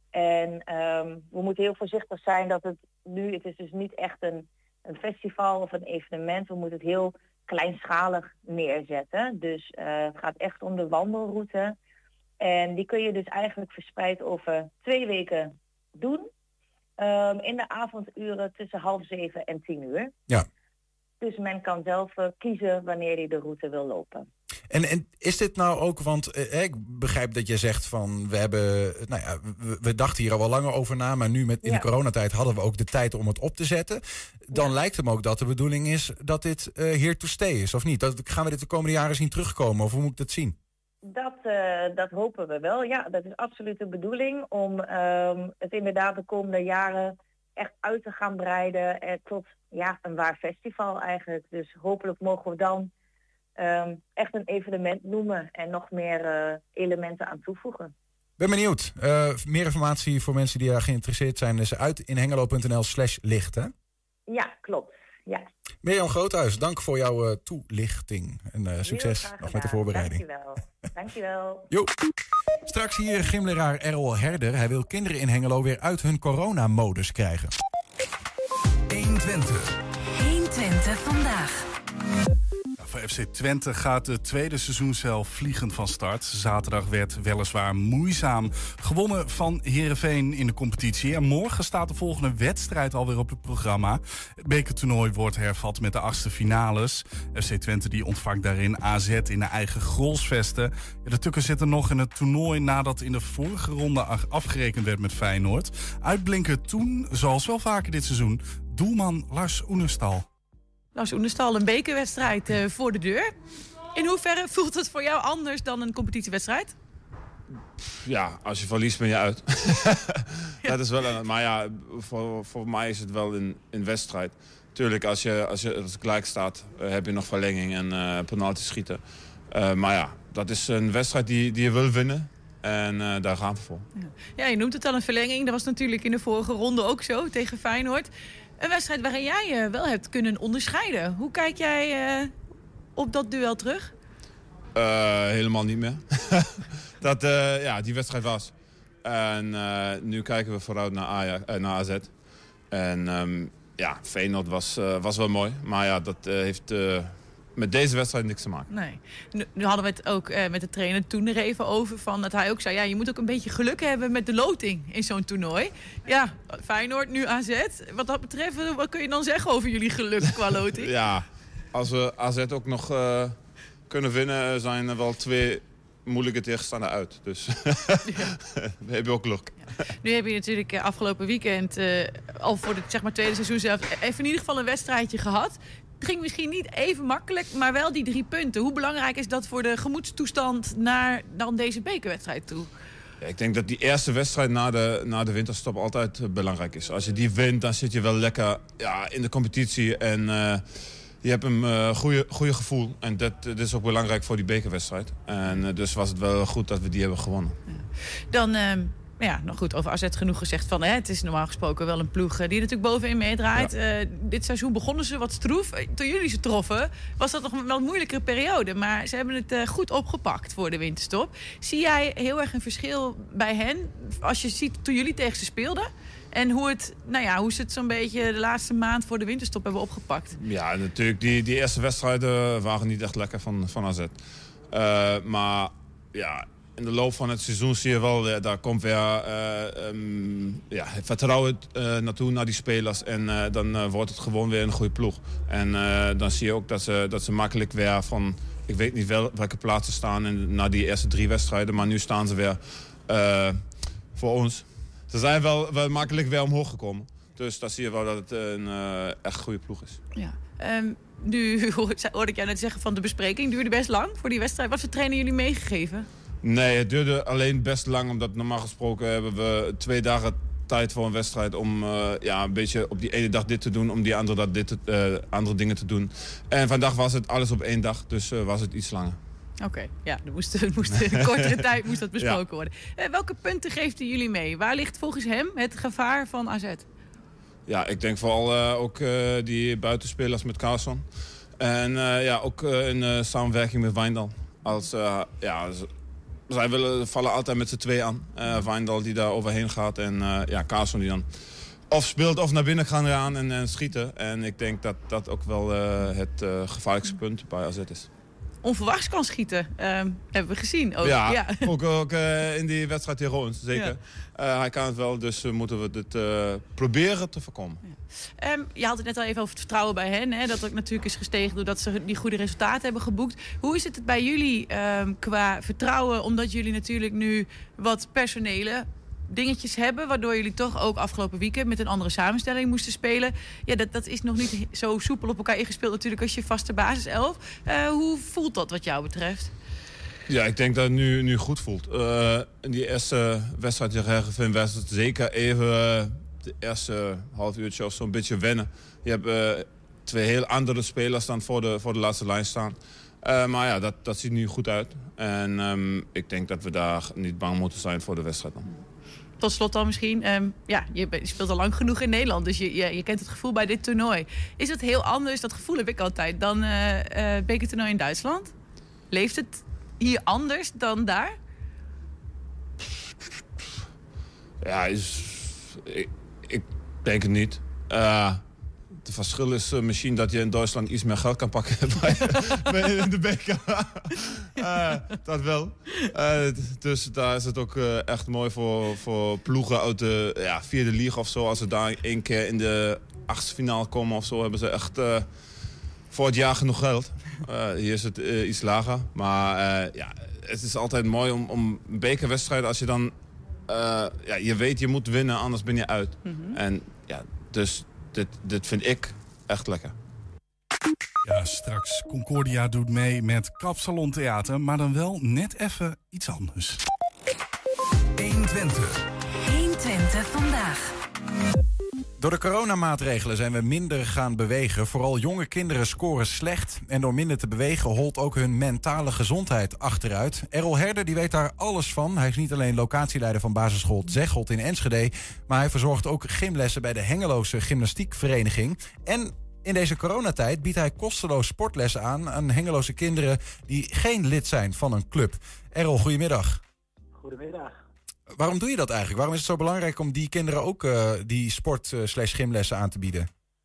En we moeten heel voorzichtig zijn dat het is dus niet echt een festival of een evenement. We moeten het heel kleinschalig neerzetten. Dus het gaat echt om de wandelroute. En die kun je dus eigenlijk verspreid over 2 weken doen. In de avonduren tussen 6:30 en 10:00. Ja. Dus men kan zelf kiezen wanneer hij de route wil lopen. En is dit nou ook, want ik begrijp dat je zegt van we dachten hier al wel langer over na, maar nu in de coronatijd hadden we ook de tijd om het op te zetten. Dan lijkt het me ook dat de bedoeling is dat dit here to stay is, of niet? Gaan we dit de komende jaren zien terugkomen, of hoe moet ik dat zien? Dat hopen we wel. Ja, dat is absoluut de bedoeling om het inderdaad de komende jaren echt uit te gaan breiden tot een waar festival eigenlijk. Dus hopelijk mogen we dan echt een evenement noemen en nog meer elementen aan toevoegen. Ben benieuwd. Meer informatie voor mensen die daar geïnteresseerd zijn is uit in hengelo.nl/licht, hè? Ja, klopt. Ja. Mirjam Groothuis, dank voor jouw toelichting. En succes nog met de voorbereiding. Dankjewel. Jo. Straks hier gymleraar Errol Herder. Hij wil kinderen in Hengelo weer uit hun coronamodus krijgen. 120. 120 vandaag. Voor FC Twente gaat het tweede seizoen zelf vliegend van start. Zaterdag werd weliswaar moeizaam gewonnen van Heerenveen in de competitie. En morgen staat de volgende wedstrijd alweer op het programma. Het bekertoernooi wordt hervat met de 8e finales. FC Twente die ontvangt daarin AZ in de eigen Grolsvesten. De Tukken zitten nog in het toernooi nadat in de vorige ronde afgerekend werd met Feyenoord. Uitblinken toen, zoals wel vaker dit seizoen, doelman Lars Oenerstal. Lars Oenerstal, een bekerwedstrijd voor de deur. In hoeverre voelt het voor jou anders dan een competitiewedstrijd? Ja, als je verliest ben je uit. Dat is wel maar ja, voor mij is het wel een wedstrijd. Tuurlijk, als het gelijk staat, heb je nog verlenging en penalty schieten. Maar ja, dat is een wedstrijd die je wil winnen. En daar gaan we voor. Ja, je noemt het al een verlenging. Dat was natuurlijk in de vorige ronde ook zo tegen Feyenoord. Een wedstrijd waarin jij wel hebt kunnen onderscheiden. Hoe kijk jij op dat duel terug? Helemaal niet meer. Die wedstrijd was. En nu kijken we vooruit naar AZ. En Feyenoord was wel mooi. Maar ja, dat heeft met deze wedstrijd niks te maken. Nee. Nu hadden we het ook met de trainer toen er even over. Dat hij ook zei, je moet ook een beetje geluk hebben met de loting in zo'n toernooi. Ja, Feyenoord, nu AZ. Wat dat betreft, wat kun je dan zeggen over jullie geluk qua loting? Ja, als we AZ ook nog kunnen winnen, zijn er wel 2 moeilijke tegenstanders uit. Dus dan heb je ook geluk. Ja. Nu heb je natuurlijk afgelopen weekend al voor het tweede seizoen zelf even in ieder geval een wedstrijdje gehad. Het ging misschien niet even makkelijk, maar wel die 3 punten. Hoe belangrijk is dat voor de gemoedstoestand naar dan deze bekerwedstrijd toe? Ja, ik denk dat die eerste wedstrijd na de winterstop altijd belangrijk is. Als je die wint, dan zit je wel lekker in de competitie. En je hebt een goede gevoel. En dat is ook belangrijk voor die bekerwedstrijd. En dus was het wel goed dat we die hebben gewonnen. Dan... nog goed, over AZ genoeg gezegd het is normaal gesproken wel een ploeg die natuurlijk bovenin meedraait. Ja. Dit seizoen begonnen ze wat stroef. Toen jullie ze troffen, was dat nog wel een moeilijkere periode. Maar ze hebben het goed opgepakt voor de winterstop. Zie jij heel erg een verschil bij hen als je ziet toen jullie tegen ze speelden? En hoe ze het zo'n beetje de laatste maand voor de winterstop hebben opgepakt? Ja, natuurlijk. Die eerste wedstrijden waren niet echt lekker van AZ. Maar ja... In de loop van het seizoen zie je wel, daar komt weer vertrouwen naartoe naar die spelers. En dan wordt het gewoon weer een goede ploeg. En dan zie je ook dat ze makkelijk weer van, ik weet niet welke plaatsen staan na die eerste 3 wedstrijden. Maar nu staan ze weer voor ons. Ze zijn wel makkelijk weer omhoog gekomen. Dus daar zie je wel dat het een echt goede ploeg is. Ja. Nu hoorde ik jou net zeggen van de bespreking duurde best lang voor die wedstrijd. Wat voor training jullie meegegeven? Nee, het duurde alleen best lang, omdat normaal gesproken hebben we 2 dagen tijd voor een wedstrijd om een beetje op die ene dag dit te doen, om die andere dag andere dingen te doen. En vandaag was het alles op 1 dag, dus was het iets langer. Oké, ja, er moest in een kortere tijd moest dat besproken worden. Welke punten geeft hij jullie mee? Waar ligt volgens hem het gevaar van AZ? Ja, ik denk vooral ook die buitenspelers met Carlson. En ook in samenwerking met Wijndal. zij vallen altijd met z'n twee aan. Wijndal die daar overheen gaat en Carlson die dan of speelt of naar binnen gaan en schieten. En ik denk dat dat ook wel het gevaarlijkste punt bij AZ is. Onverwachts kan schieten, hebben we gezien. Ook. Ja. Ook in die wedstrijd tegen ons, zeker. Ja. Hij kan het wel, dus moeten we dit proberen te voorkomen. Ja. Je had het net al even over het vertrouwen bij hen. Hè, dat ook natuurlijk is gestegen doordat ze die goede resultaten hebben geboekt. Hoe is het bij jullie qua vertrouwen? Omdat jullie natuurlijk nu wat personele dingetjes hebben, waardoor jullie toch ook afgelopen weekend met een andere samenstelling moesten spelen. Ja, dat is nog niet zo soepel op elkaar ingespeeld natuurlijk als je vaste basiself. Hoe voelt dat wat jou betreft? Ja, ik denk dat het nu goed voelt. In die eerste wedstrijd tegen Heerenveen was het zeker even de eerste half uurtje of zo een beetje wennen. Je hebt twee heel andere spelers dan voor de laatste lijn staan. Maar ja, dat ziet nu goed uit. En ik denk dat we daar niet bang moeten zijn voor de wedstrijd dan. Tot slot dan misschien, je speelt al lang genoeg in Nederland, dus je kent het gevoel bij dit toernooi. Is het heel anders, dat gevoel heb ik altijd, dan bekertoernooi in Duitsland? Leeft het hier anders dan daar? Ja, ik denk het niet. Het verschil is misschien dat je in Duitsland iets meer geld kan pakken in de beker. Dat wel. Dus daar is het ook echt mooi voor ploegen uit de vierde league of zo. Als ze daar 1 keer in de achtste finale komen of zo, hebben ze echt voor het jaar genoeg geld. Hier is het iets lager. Maar het is altijd mooi om een bekerwedstrijd als je dan... je weet je moet winnen, anders ben je uit. Mm-hmm. En dus... Dit vind ik echt lekker. Ja, straks Concordia doet mee met Kapsalon Theater, maar dan wel net even iets anders. 120. 120 vandaag. Door de coronamaatregelen zijn we minder gaan bewegen. Vooral jonge kinderen scoren slecht. En door minder te bewegen holt ook hun mentale gezondheid achteruit. Errol Herder die weet daar alles van. Hij is niet alleen locatieleider van basisschool Zegholt in Enschede, maar hij verzorgt ook gymlessen bij de Hengeloze Gymnastiekvereniging. En in deze coronatijd biedt hij kosteloos sportlessen aan Hengeloze kinderen die geen lid zijn van een club. Errol, goedemiddag. Goedemiddag. Waarom doe je dat eigenlijk? Waarom is het zo belangrijk om die kinderen ook die sport/gymlessen aan te bieden?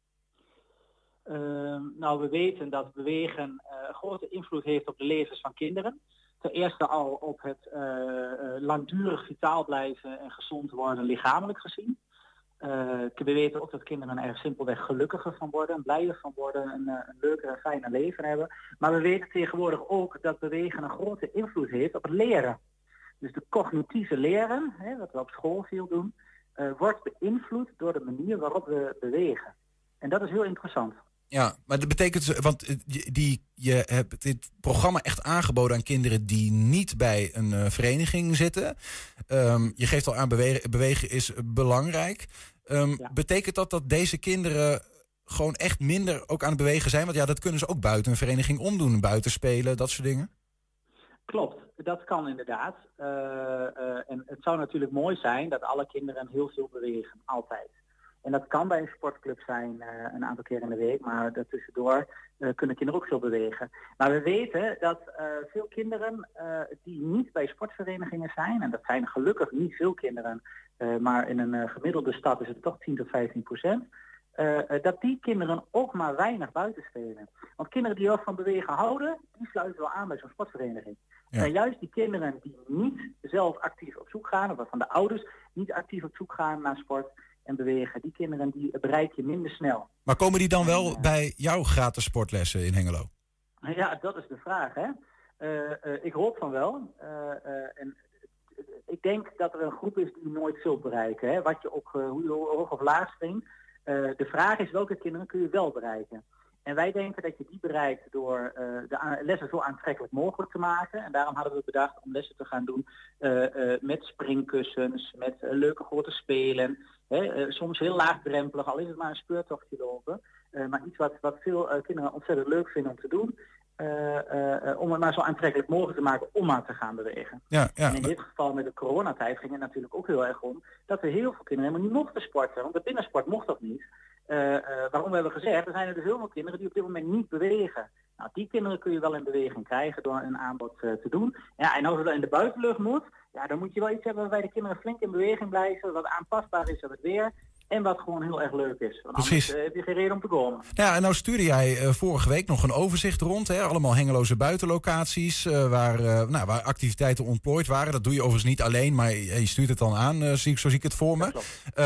We weten dat bewegen grote invloed heeft op de levens van kinderen. Ten eerste al op het langdurig vitaal blijven en gezond worden lichamelijk gezien. We weten ook dat kinderen er simpelweg gelukkiger van worden, blijer van worden, een leuker en fijner leven hebben. Maar we weten tegenwoordig ook dat bewegen een grote invloed heeft op het leren. Dus de cognitieve leren, wat we op school veel doen, wordt beïnvloed door de manier waarop we bewegen. En dat is heel interessant. Ja, maar dat betekent, want je hebt dit programma echt aangeboden aan kinderen die niet bij een vereniging zitten. Je geeft al aan, bewegen is belangrijk. Betekent dat deze kinderen gewoon echt minder ook aan het bewegen zijn? Want dat kunnen ze ook buiten een vereniging omdoen, buiten spelen, dat soort dingen. Klopt, dat kan inderdaad. En het zou natuurlijk mooi zijn dat alle kinderen heel veel bewegen, altijd. En dat kan bij een sportclub zijn een aantal keer in de week, maar daartussendoor kunnen kinderen ook veel bewegen. Maar we weten dat veel kinderen die niet bij sportverenigingen zijn, en dat zijn gelukkig niet veel kinderen, maar in een gemiddelde stad is het toch 10-15%, dat die kinderen ook maar weinig buiten spelen. Want kinderen die wel van bewegen houden, die sluiten wel aan bij zo'n sportvereniging. Ja. En juist die kinderen die niet zelf actief op zoek gaan, of waarvan de ouders niet actief op zoek gaan naar sport en bewegen, die kinderen die bereik je minder snel. Maar komen die dan wel bij jouw gratis sportlessen in Hengelo? Ja, dat is de vraag, hè. Ik hoop van wel. En ik denk dat er een groep is die nooit zult bereiken. Hè. Wat je ook, hoe je hoog of laag springt. De vraag is welke kinderen kun je wel bereiken. En wij denken dat je die bereikt door de lessen zo aantrekkelijk mogelijk te maken. En daarom hadden we bedacht om lessen te gaan doen met springkussens, met leuke grote spelen. Soms heel laagdrempelig, al is het maar een speurtochtje lopen. Maar iets wat veel kinderen ontzettend leuk vinden om te doen. Om het maar zo aantrekkelijk mogelijk te maken om maar te gaan bewegen. Ja, en in dit geval met de coronatijd ging het natuurlijk ook heel erg om dat er heel veel kinderen helemaal niet mochten sporten. Want de binnensport mocht dat niet. Waarom hebben we gezegd, er zijn er dus heel veel kinderen die op dit moment niet bewegen. Nou, Nou, die kinderen kun je wel in beweging krijgen door een aanbod te doen. Ja, en als het dan in de buitenlucht moet, ja, dan moet je wel iets hebben waarbij de kinderen flink in beweging blijven, wat aanpasbaar is aan het weer. En wat gewoon heel erg leuk is. Want Precies. Anders heb je geen reden om te komen. Ja, en nou stuurde jij vorige week nog een overzicht rond. Hè? Allemaal Hengeloze buitenlocaties waar activiteiten ontplooid waren. Dat doe je overigens niet alleen, maar je stuurt het dan aan. Zo zie ik het voor me.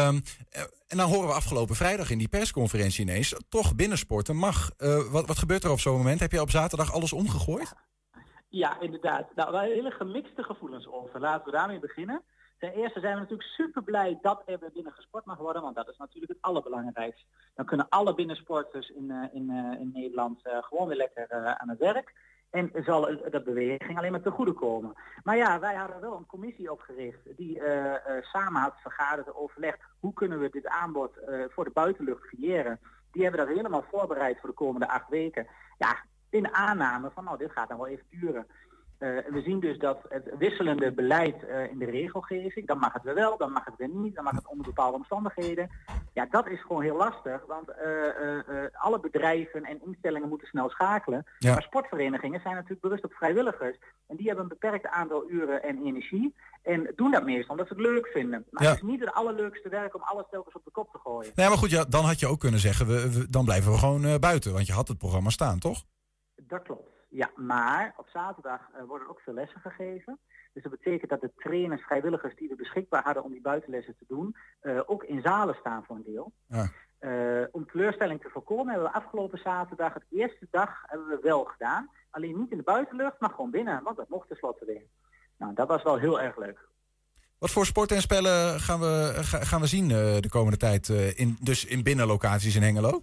En dan horen we afgelopen vrijdag in die persconferentie ineens, toch binnensporten mag. Wat gebeurt er op zo'n moment? Heb je op zaterdag alles omgegooid? Ja, inderdaad. Nou, wij hebben hele gemixte gevoelens over. Laten we daarmee beginnen. Ten eerste zijn we natuurlijk super blij dat er weer binnen gesport mag worden, want dat is natuurlijk het allerbelangrijkste. Dan kunnen alle binnensporters in Nederland gewoon weer lekker aan het werk. En zal de beweging alleen maar ten goede komen. Maar ja, wij hadden wel een commissie opgericht die samen had vergaderd en overlegd hoe kunnen we dit aanbod voor de buitenlucht creëren. Die hebben dat helemaal voorbereid voor de komende 8 weken. Ja, in de aanname van dit gaat dan wel even duren. We zien dus dat het wisselende beleid in de regelgeving, dan mag het weer wel, dan mag het weer niet, dan mag het onder bepaalde omstandigheden. Ja, dat is gewoon heel lastig, want alle bedrijven en instellingen moeten snel schakelen. Ja. Maar sportverenigingen zijn natuurlijk bewust op vrijwilligers. En die hebben een beperkt aantal uren en energie. En doen dat meestal omdat ze het leuk vinden. Maar het is niet het allerleukste werk om alles telkens op de kop te gooien. Nee, maar goed, ja, dan had je ook kunnen zeggen, dan blijven we gewoon buiten. Want je had het programma staan, toch? Dat klopt. Ja, maar op zaterdag worden ook veel lessen gegeven. Dus dat betekent dat de trainers, vrijwilligers die we beschikbaar hadden om die buitenlessen te doen, ook in zalen staan voor een deel. Ja. Om teleurstelling te voorkomen hebben we afgelopen zaterdag, het eerste dag, hebben we wel gedaan. Alleen niet in de buitenlucht, maar gewoon binnen, want dat mocht tenslotte weer. Nou, dat was wel heel erg leuk. Wat voor sporten en spellen gaan we zien de komende tijd in binnenlocaties in Hengelo?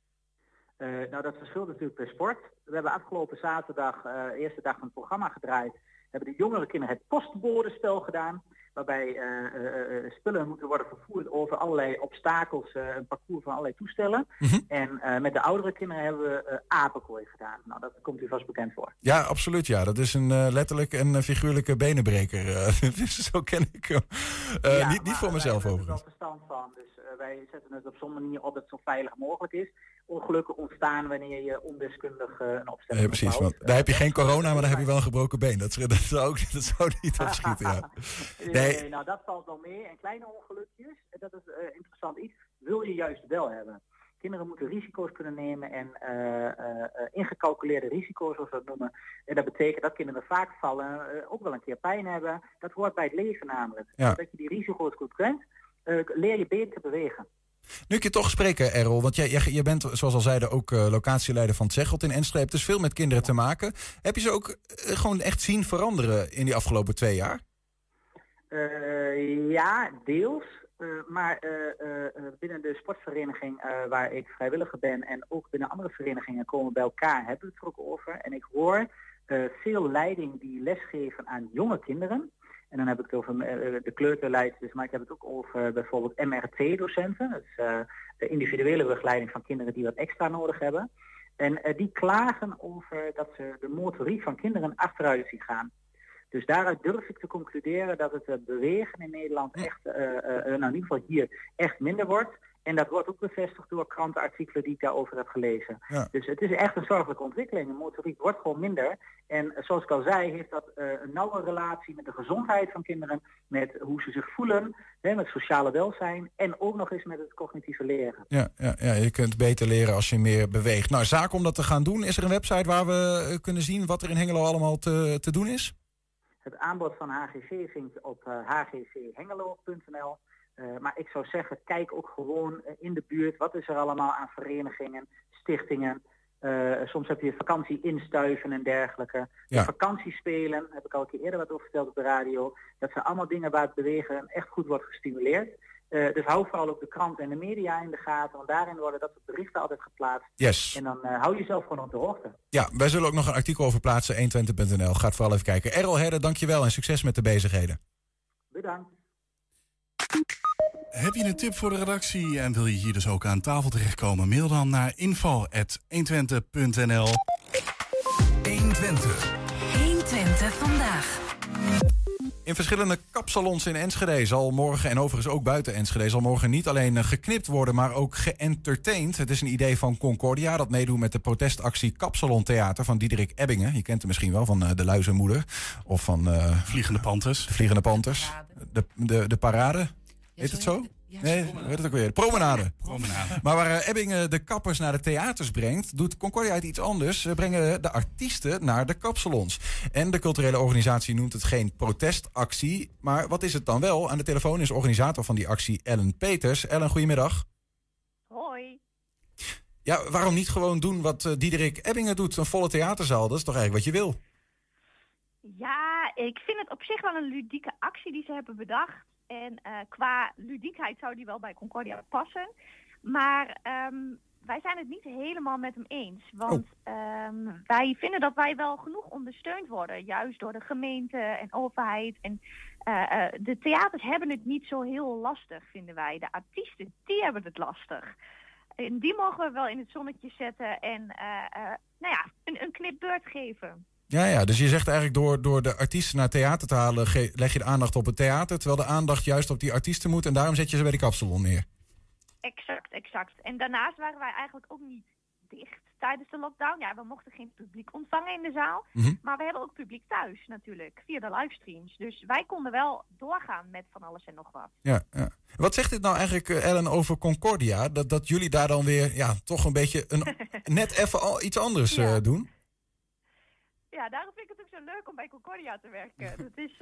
Nou, dat verschilt natuurlijk per sport. We hebben afgelopen zaterdag, eerste dag van het programma gedraaid. We hebben de jongere kinderen het postbodenspel gedaan. Waarbij spullen moeten worden vervoerd over allerlei obstakels, een parcours van allerlei toestellen. Mm-hmm. En met de oudere kinderen hebben we apenkooi gedaan. Nou, dat komt u vast bekend voor. Ja, absoluut. Ja, dat is een letterlijk en figuurlijke benenbreker. Zo ken ik hem. Niet voor mezelf overigens. Daar hebben we wel verstand van. Dus wij zetten het op zo'n manier op dat het zo veilig mogelijk is. Ongelukken ontstaan wanneer je ondeskundig een opstelling precies, want daar heb je geen corona, maar dan heb je wel een gebroken been. Dat zou niet opschieten, ja. Nee, nou dat valt wel mee. En kleine ongelukjes, dat is interessant iets, wil je juist wel hebben. Kinderen moeten risico's kunnen nemen en ingecalculeerde risico's, zoals we dat noemen. En dat betekent dat kinderen vaak vallen, ook wel een keer pijn hebben. Dat hoort bij het leven namelijk. Ja. Dat je die risico's goed kent, leer je beter bewegen. Nu ik je toch spreken, Errol, want je bent, zoals al zeiden, ook locatieleider van het Zegelt in Enschede. Je hebt dus veel met kinderen te maken. Heb je ze ook gewoon echt zien veranderen in die afgelopen 2 jaar? Ja, deels. Maar binnen de sportvereniging waar ik vrijwilliger ben en ook binnen andere verenigingen komen bij elkaar, hebben we het er ook over. En ik hoor veel leiding die lesgeven aan jonge kinderen. En dan heb ik het over de kleuterleiders, maar ik heb het ook over bijvoorbeeld MRT-docenten. Dat is de individuele begeleiding van kinderen die wat extra nodig hebben. En die klagen over dat ze de motoriek van kinderen achteruit zien gaan. Dus daaruit durf ik te concluderen dat het bewegen in Nederland echt, in ieder geval hier, echt minder wordt. En dat wordt ook bevestigd door krantenartikelen die ik daarover heb gelezen. Ja. Dus het is echt een zorgelijke ontwikkeling. De motoriek wordt gewoon minder. En zoals ik al zei, heeft dat een nauwe relatie met de gezondheid van kinderen, met hoe ze zich voelen, met sociale welzijn en ook nog eens met het cognitieve leren. Ja, je kunt beter leren als je meer beweegt. Nou, zaak om dat te gaan doen. Is er een website waar we kunnen zien wat er in Hengelo allemaal te doen is? Het aanbod van HGV vindt op hgvhengelo.nl. Maar ik zou zeggen, kijk ook gewoon in de buurt. Wat is er allemaal aan verenigingen, stichtingen? Soms heb je vakantie instuiven en dergelijke. Ja. Vakantiespelen, heb ik al een keer eerder wat over verteld op de radio. Dat zijn allemaal dingen waar het bewegen echt goed wordt gestimuleerd. Dus hou vooral ook de krant en de media in de gaten. Want daarin worden dat soort berichten altijd geplaatst. Yes. En dan hou jezelf gewoon op de hoogte. Ja, wij zullen ook nog een artikel over plaatsen. 120.nl. Gaat vooral even kijken. Errol Herde, dankjewel en succes met de bezigheden. Bedankt. Heb je een tip voor de redactie en wil je hier dus ook aan tafel terechtkomen? Mail dan naar info@120.nl. 120 vandaag. In verschillende kapsalons in Enschede zal morgen, en overigens ook buiten Enschede, zal morgen niet alleen geknipt worden, maar ook geëntertained. Het is een idee van Concordia, dat meedoet met de protestactie Kapsalon Theater van Diederik Ebbingen. Je kent hem misschien wel van De Luizenmoeder of van Vliegende Panthers. De Vliegende Panthers. De parade. Heet het zo? Nee, hoe heet het ook weer? De promenade. Maar waar Ebbingen de kappers naar de theaters brengt, doet Concordia iets anders. Ze brengen de artiesten naar de kapsalons. En de culturele organisatie noemt het geen protestactie. Maar wat is het dan wel? Aan de telefoon is organisator van die actie Ellen Peters. Ellen, goedemiddag. Hoi. Ja, waarom niet gewoon doen wat Diederik Ebbingen doet? Een volle theaterzaal, dat is toch eigenlijk wat je wil? Ja, ik vind het op zich wel een ludieke actie die ze hebben bedacht. En qua ludiekheid zou die wel bij Concordia passen. Maar wij zijn het niet helemaal met hem eens. Want wij vinden dat wij wel genoeg ondersteund worden. Juist door de gemeente en overheid. En de theaters hebben het niet zo heel lastig, vinden wij. De artiesten, die hebben het lastig. En die mogen we wel in het zonnetje zetten en een knipbeurt geven. Ja, dus je zegt eigenlijk door de artiesten naar theater te halen, leg je de aandacht op het theater, terwijl de aandacht juist op die artiesten moet en daarom zet je ze bij de kapsalon neer. Exact. En daarnaast waren wij eigenlijk ook niet dicht tijdens de lockdown. Ja, we mochten geen publiek ontvangen in de zaal, maar we hebben ook publiek thuis natuurlijk, via de livestreams. Dus wij konden wel doorgaan met van alles en nog wat. Ja. Wat zegt dit nou eigenlijk, Ellen, over Concordia? Dat jullie daar dan weer toch een beetje net even iets anders doen? Ja, daarom vind ik het ook zo leuk om bij Concordia te werken. Dat is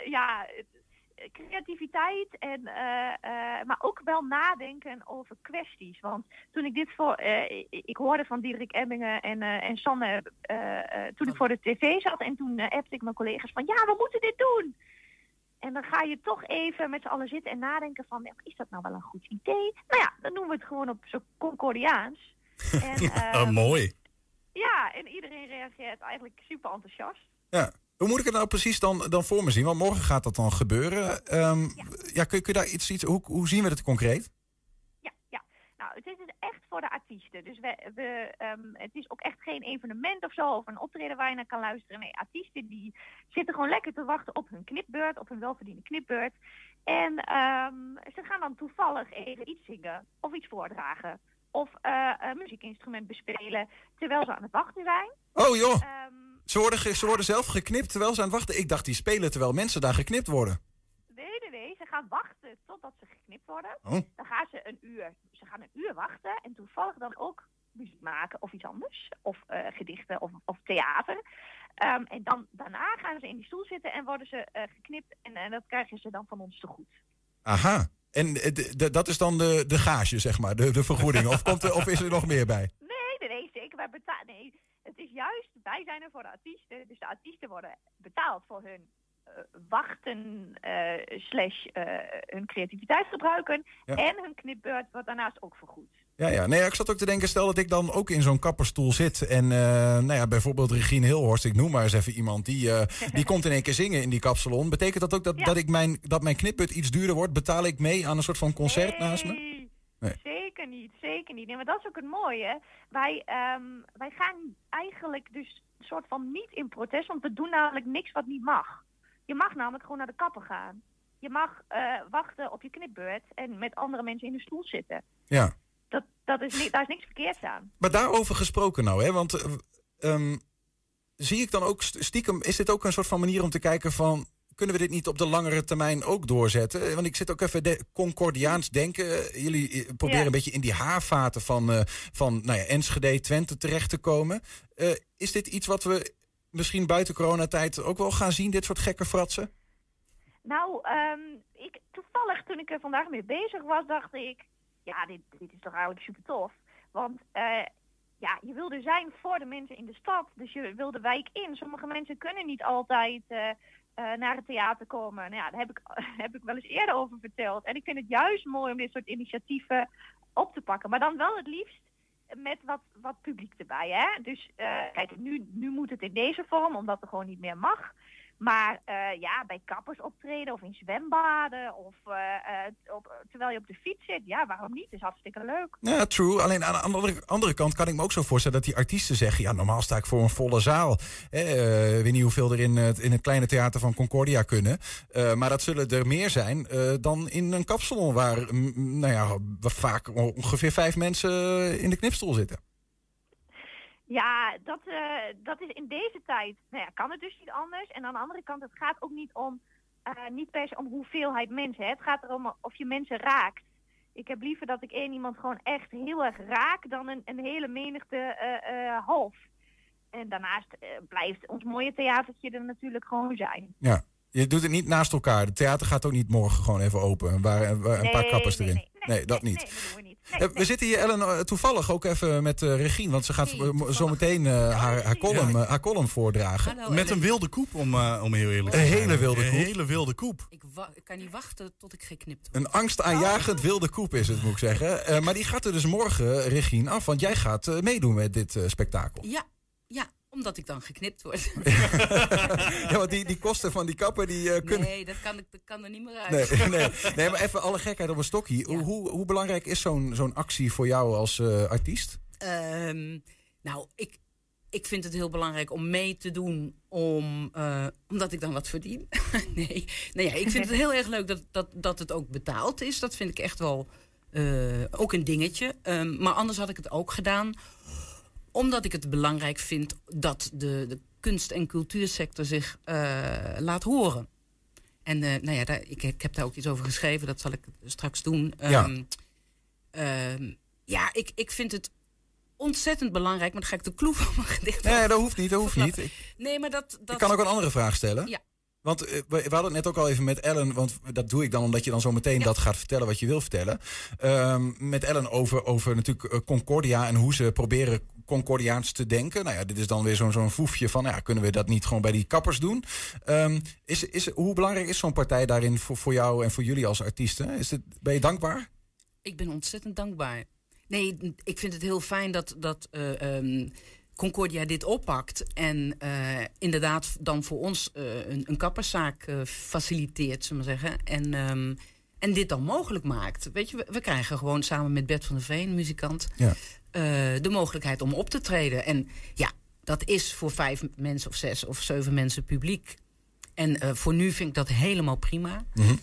creativiteit en maar ook wel nadenken over kwesties. Want toen ik ik hoorde van Diederik Ebbingen en Sanne toen ik voor de tv zat en toen appte ik mijn collega's van ja, we moeten dit doen. En dan ga je toch even met z'n allen zitten en nadenken van is dat nou wel een goed idee? Nou ja, dan doen we het gewoon op zo Concordiaans. En, mooi. Ja, en iedereen reageert eigenlijk super enthousiast. Ja. Hoe moet ik het nou precies dan voor me zien? Want morgen gaat dat dan gebeuren. Kun je daar iets hoe zien we het concreet? Ja. Nou, het is dus echt voor de artiesten. Dus het is ook echt geen evenement of zo, of een optreden waar je naar kan luisteren. Nee, artiesten die zitten gewoon lekker te wachten op hun knipbeurt, op hun welverdiende knipbeurt. En ze gaan dan toevallig even iets zingen of iets voordragen. Of een muziekinstrument bespelen terwijl ze aan het wachten zijn. Oh joh, ze worden zelf geknipt terwijl ze aan het wachten. Ik dacht die spelen terwijl mensen daar geknipt worden. Nee, ze gaan wachten totdat ze geknipt worden. Oh. Dan gaan ze een uur wachten en toevallig dan ook muziek maken of iets anders. Of gedichten of theater. En dan daarna gaan ze in die stoel zitten en worden ze geknipt en dat krijgen ze dan van ons te goed. Aha. En dat is dan de gage, zeg maar, de vergoeding? Of is er nog meer bij? Nee, zeker. Nee, het is juist, wij zijn er voor de artiesten. Dus de artiesten worden betaald voor hun wachten / hun creativiteit gebruiken. Ja. En hun knipbeurt wordt daarnaast ook vergoed. Ja. Nee, ik zat ook te denken, stel dat ik dan ook in zo'n kapperstoel zit. En bijvoorbeeld Regine Hilhorst, ik noem maar eens even iemand, die komt in één keer zingen in die kapsalon. Betekent dat ook dat mijn knipbeurt iets duurder wordt? Betaal ik mee aan een soort van concert naast me? Nee. Zeker niet. Nee, maar dat is ook het mooie. Wij gaan eigenlijk dus een soort van niet in protest, want we doen namelijk niks wat niet mag. Je mag namelijk gewoon naar de kapper gaan. Je mag wachten op je knipbeurt en met andere mensen in de stoel zitten. Ja. Daar is niks verkeerds aan. Maar daarover gesproken nou, hè? Want zie ik dan ook stiekem, is dit ook een soort van manier om te kijken van, kunnen we dit niet op de langere termijn ook doorzetten? Want ik zit ook even Concordiaans denken. Jullie proberen een beetje in die haarvaten van Enschede, Twente terecht te komen. Is dit iets wat we misschien buiten coronatijd ook wel gaan zien, dit soort gekke fratsen? Nou, toevallig toen ik er vandaag mee bezig was, dacht ik, ja, dit is toch eigenlijk super tof. Want je wilde zijn voor de mensen in de stad. Dus je wilde wijk in. Sommige mensen kunnen niet altijd naar het theater komen. Nou ja, daar heb ik wel eens eerder over verteld. En ik vind het juist mooi om dit soort initiatieven op te pakken. Maar dan wel het liefst met wat publiek erbij. Hè? Dus kijk, nu moet het in deze vorm, omdat het gewoon niet meer mag. Maar bij kappers optreden of in zwembaden of terwijl je op de fiets zit, ja, waarom niet? Het is hartstikke leuk. Ja, true. Alleen aan de andere kant kan ik me ook zo voorstellen dat die artiesten zeggen, ja, normaal sta ik voor een volle zaal. Ik weet niet hoeveel er in het kleine theater van Concordia kunnen. Maar dat zullen er meer zijn dan in een kapsalon waar vaak ongeveer 5 mensen in de knipstoel zitten. Ja, dat is in deze tijd, kan het dus niet anders. En aan de andere kant, het gaat ook niet per se om hoeveelheid mensen. Hè. Het gaat erom of je mensen raakt. Ik heb liever dat ik iemand gewoon echt heel erg raak dan een hele menigte half. En daarnaast blijft ons mooie theatertje er natuurlijk gewoon zijn. Ja, je doet het niet naast elkaar. Het theater gaat ook niet morgen gewoon even open. Waar een paar kappers erin. Nee, dat niet. Nee, dat doen we niet. We zitten hier, Ellen, toevallig ook even met Regine. Want ze gaat zo meteen haar column voordragen. Hallo, met een wilde koep, om heel eerlijk te zijn. Een hele wilde koep. Een hele wilde koep. Ik kan niet wachten tot ik geknipt word. Een angstaanjagend wilde koep is het, moet ik zeggen. Maar die gaat er dus morgen, Regine, af. Want jij gaat meedoen met dit spektakel. Ja, omdat ik dan geknipt word. Ja, want die kosten van die kappen, die kunnen... Nee, dat kan er niet meer uit. Nee, maar even alle gekheid op een stokje. Ja. Hoe belangrijk is zo'n actie voor jou als artiest? Ik vind het heel belangrijk om mee te doen omdat ik dan wat verdien. Ik vind het heel erg leuk dat het ook betaald is. Dat vind ik echt wel ook een dingetje. Maar anders had ik het ook gedaan omdat ik het belangrijk vind dat de kunst- en cultuursector zich laat horen. En ik heb daar ook iets over geschreven, dat zal ik straks doen. Ik vind het ontzettend belangrijk, maar dan ga ik de kloe van mijn gedicht. Nee, dat hoeft niet. Nee, maar Ik kan ook een andere vraag stellen. Ja. Want we hadden het net ook al even met Ellen, want dat doe ik dan omdat je dan zo meteen dat gaat vertellen wat je wil vertellen. Met Ellen over natuurlijk Concordia en hoe ze proberen Concordiaans te denken. Nou ja, dit is dan weer zo'n foefje van, kunnen we dat niet gewoon bij die kappers doen? Hoe belangrijk is zo'n partij daarin voor jou en voor jullie als artiesten? Ben je dankbaar? Ik ben ontzettend dankbaar. Nee, ik vind het heel fijn dat Concordia dit oppakt en inderdaad dan voor ons een kapperszaak faciliteert, zullen we zeggen. En dit dan mogelijk maakt. Weet je, we krijgen gewoon samen met Bert van der Veen, muzikant, de mogelijkheid om op te treden. En ja, dat is voor 5 mensen of 6 of 7 mensen publiek. En voor nu vind ik dat helemaal prima. Mm-hmm.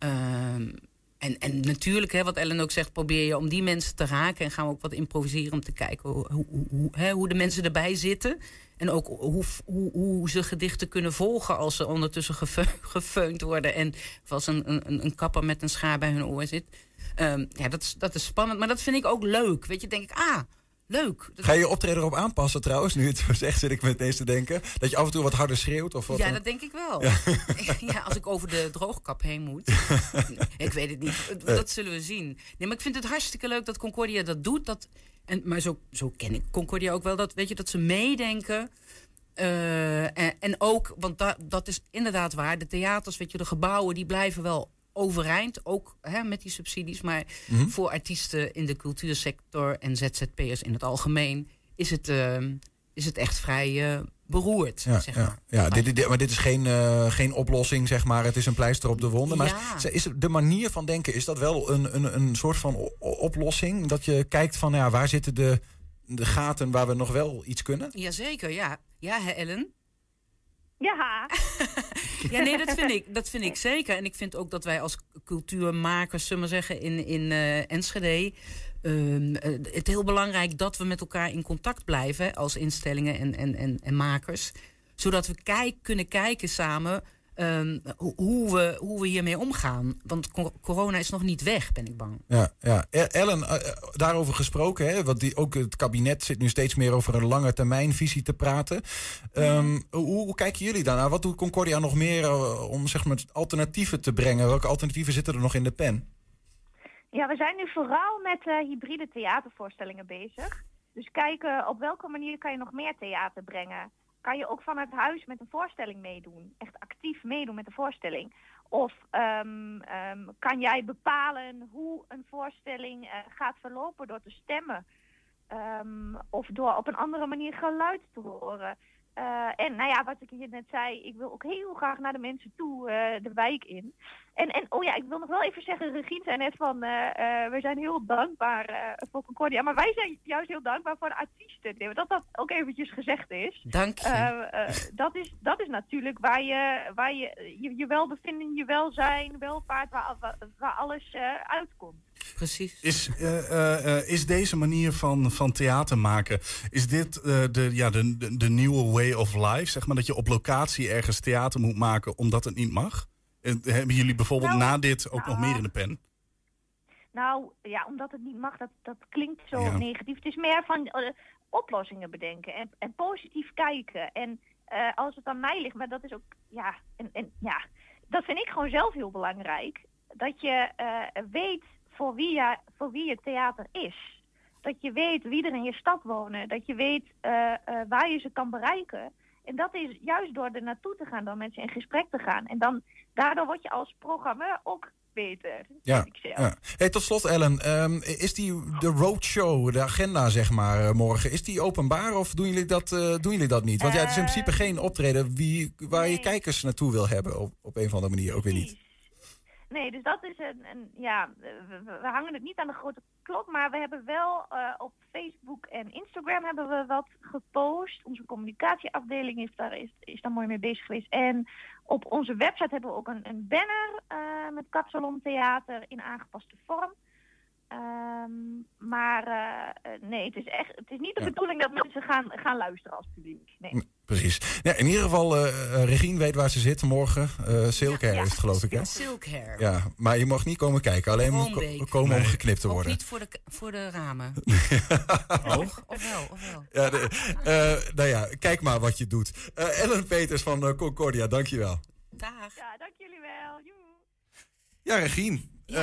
En natuurlijk, wat Ellen ook zegt, probeer je om die mensen te raken. En gaan we ook wat improviseren om te kijken hoe de mensen erbij zitten. En ook hoe ze gedichten kunnen volgen als ze ondertussen gefeund worden. En of als een kapper met een schaar bij hun oor zit. Dat is spannend, maar dat vind ik ook leuk. Weet je, denk ik, leuk. Ga je je optreden erop aanpassen trouwens? Nu het zo zegt, zit ik meteen te denken. Dat je af en toe wat harder schreeuwt? Of wat ja, dat denk ik wel. Ja, als ik over de droogkap heen moet. Ik weet het niet. Dat zullen we zien. Nee, maar ik vind het hartstikke leuk dat Concordia dat doet. Maar zo ken ik Concordia ook wel. Dat ze meedenken. En ook, want dat is inderdaad waar. De theaters, de gebouwen, die blijven wel overeind, ook met die subsidies. Maar voor artiesten in de cultuursector en ZZP'ers in het algemeen is het echt vrij beroerd. Zeg maar. Maar dit is geen oplossing, zeg maar. Het is een pleister op de wonden. Maar is de manier van denken, is dat wel een soort van oplossing? Dat je kijkt van, waar zitten de gaten waar we nog wel iets kunnen? Jazeker, ja. Ja, Ellen? Ja. Ja, nee, dat vind ik zeker. En ik vind ook dat wij als cultuurmakers, zullen we zeggen, in Enschede, het heel belangrijk dat we met elkaar in contact blijven als instellingen en makers. Zodat we kunnen kijken samen hoe we hiermee omgaan. Want corona is nog niet weg, ben ik bang. Ja. Ellen, daarover gesproken, want ook het kabinet zit nu steeds meer over een lange termijnvisie te praten. Hoe kijken jullie daarnaar? Wat doet Concordia nog meer om zeg maar alternatieven te brengen? Welke alternatieven zitten er nog in de pen? Ja, we zijn nu vooral met hybride theatervoorstellingen bezig. Dus kijken op welke manier kan je nog meer theater brengen. Kan je ook vanuit huis met een voorstelling meedoen? Echt actief meedoen met de voorstelling? Of kan jij bepalen hoe een voorstelling gaat verlopen door te stemmen? Of door op een andere manier geluid te horen? En nou ja, wat ik hier net zei, ik wil ook heel graag naar de mensen toe, de wijk in. En oh ja, ik wil nog wel even zeggen, Regine zei net van, we zijn heel dankbaar voor Concordia. Maar wij zijn juist heel dankbaar voor de artiesten. Dat ook eventjes gezegd is. Dank je. Dat is natuurlijk waar je welbevinden, je welzijn, welvaart, waar alles uitkomt. Precies. Is deze manier van theater maken, is dit de nieuwe way of life? Zeg maar dat je op locatie ergens theater moet maken omdat het niet mag? Hebben jullie bijvoorbeeld na dit ook nog meer in de pen? Nou, ja, omdat het niet mag, dat klinkt zo negatief. Het is meer van oplossingen bedenken en positief kijken. En als het aan mij ligt, maar dat is ook, dat vind ik gewoon zelf heel belangrijk. Dat je weet voor wie je theater is. Dat je weet wie er in je stad wonen. Dat je weet waar je ze kan bereiken. En dat is juist door er naartoe te gaan, door mensen in gesprek te gaan. En daardoor word je als programmeur ook beter. Ja. Hey, tot slot, Ellen. Is de roadshow, de agenda zeg maar, morgen, is die openbaar of doen jullie dat niet? Want het is in principe geen optreden waar je kijkers naartoe wil hebben op een of andere manier, ook weer niet. Nee, dus dat is we hangen het niet aan de grote klok, maar we hebben wel op Facebook en Instagram hebben we wat gepost. Onze communicatieafdeling is daar mooi mee bezig geweest. En op onze website hebben we ook een banner met Kapsalon Theater in aangepaste vorm. Nee, het is niet de bedoeling dat mensen gaan luisteren als publiek. Nee. Precies. Ja, in ieder geval, Regine weet waar ze zit morgen. Silk Hair is het, geloof ik, hè? Silk Hair. Ja, maar je mag niet komen kijken. Alleen komen om geknipt te worden. Ook niet voor de ramen. Ofwel. Ja, nou ja, kijk maar wat je doet. Ellen Peters van Concordia, dankjewel. Dag. Ja, dank jullie wel. Joe. Ja, Regine.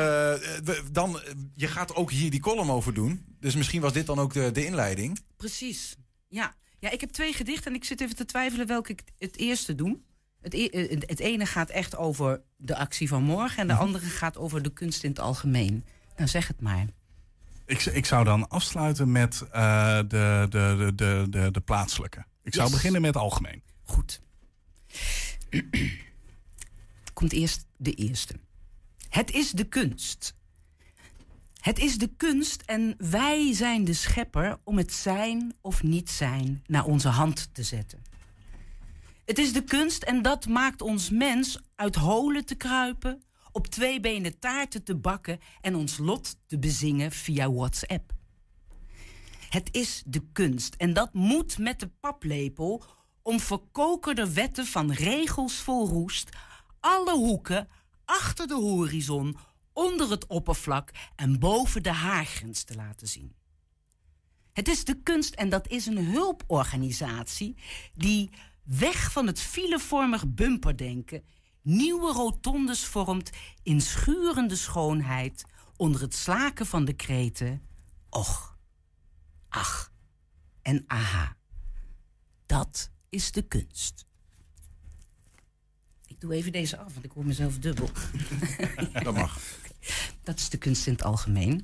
Je gaat ook hier die column over doen. Dus misschien was dit dan ook de inleiding. Precies, ja. Ja, ik heb 2 gedichten en ik zit even te twijfelen welke ik het eerste doe. Het ene gaat echt over de actie van morgen en de andere gaat over de kunst in het algemeen. Nou, zeg het maar. Ik zou dan afsluiten met de plaatselijke. Ik zou beginnen met algemeen. Goed. Komt eerst de eerste. Het is de kunst. Het is de kunst en wij zijn de schepper om het zijn of niet zijn naar onze hand te zetten. Het is de kunst en dat maakt ons mens uit holen te kruipen, op 2 benen taarten te bakken en ons lot te bezingen via WhatsApp. Het is de kunst en dat moet met de paplepel om verkokerde wetten van regels vol roest, alle hoeken, achter de horizon, onder het oppervlak en boven de haargrens te laten zien. Het is de kunst en dat is een hulporganisatie die weg van het filevormig bumperdenken nieuwe rotondes vormt in schurende schoonheid onder het slaken van de kreten och, ach en aha. Dat is de kunst. Ik doe even deze af, want ik hoor mezelf dubbel. Dat mag. Dat is de kunst in het algemeen.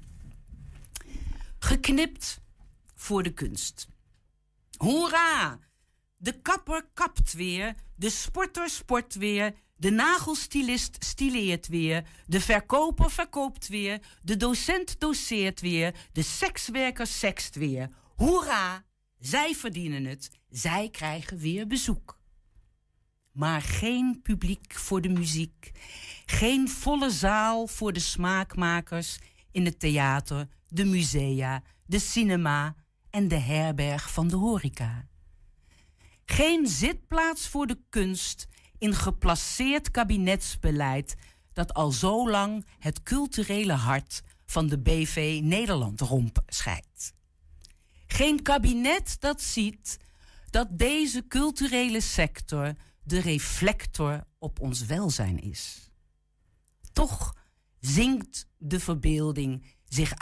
Geknipt voor de kunst. Hoera! De kapper kapt weer, de sporter sport weer, de nagelstilist stileert weer, de verkoper verkoopt weer, de docent doceert weer, de sekswerker sekst weer. Hoera! Zij verdienen het, zij krijgen weer bezoek. Maar geen publiek voor de muziek. Geen volle zaal voor de smaakmakers in het theater, de musea, de cinema en de herberg van de horeca. Geen zitplaats voor de kunst in geplaceerd kabinetsbeleid dat al zo lang het culturele hart van de BV Nederland romp scheidt. Geen kabinet dat ziet dat deze culturele sector de reflector op ons welzijn is. Toch zingt de verbeelding zich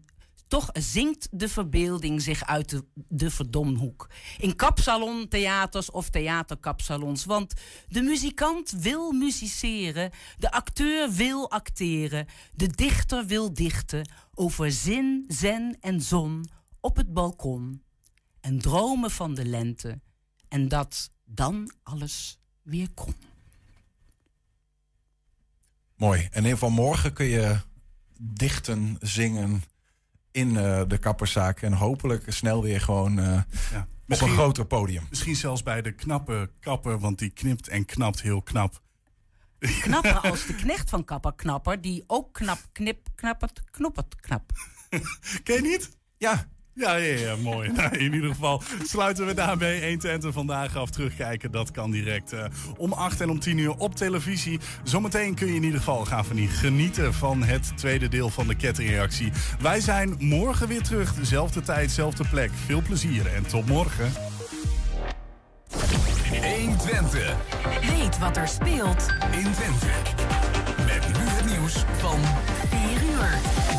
uit de verdomhoek. In kapsalontheaters of theaterkapsalons. Want de muzikant wil musiceren, de acteur wil acteren, de dichter wil dichten over zin, zen en zon op het balkon. En dromen van de lente En dat dan alles weer kon. Mooi. En in ieder geval morgen kun je dichten, zingen in de kapperszaak. En hopelijk snel weer gewoon op een groter podium. Misschien zelfs bij de knappe kapper, want die knipt en knapt heel knap. Knapper als de knecht van Kapper Knapper, die ook knap, knoppert, knap. Ken je niet? Ja. Ja, mooi. Nou, in ieder geval sluiten we daarmee 120 vandaag af. Terugkijken, dat kan direct om 8 en om 10 uur op televisie. Zometeen kun je in ieder geval gaan genieten van het tweede deel van de kettingreactie. Wij zijn morgen weer terug. Dezelfde tijd, dezelfde plek. Veel plezier en tot morgen. 120. Weet wat er speelt in Twente. Met nu het nieuws van 4 uur.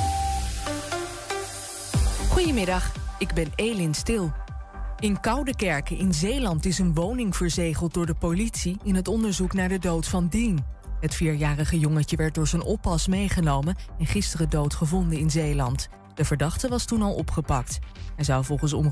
Goedemiddag, ik ben Elin Stil. In Koudekerke in Zeeland is een woning verzegeld door de politie in het onderzoek naar de dood van Dien. Het 4-jarige jongetje werd door zijn oppas meegenomen en gisteren dood gevonden in Zeeland. De verdachte was toen al opgepakt. Hij zou volgens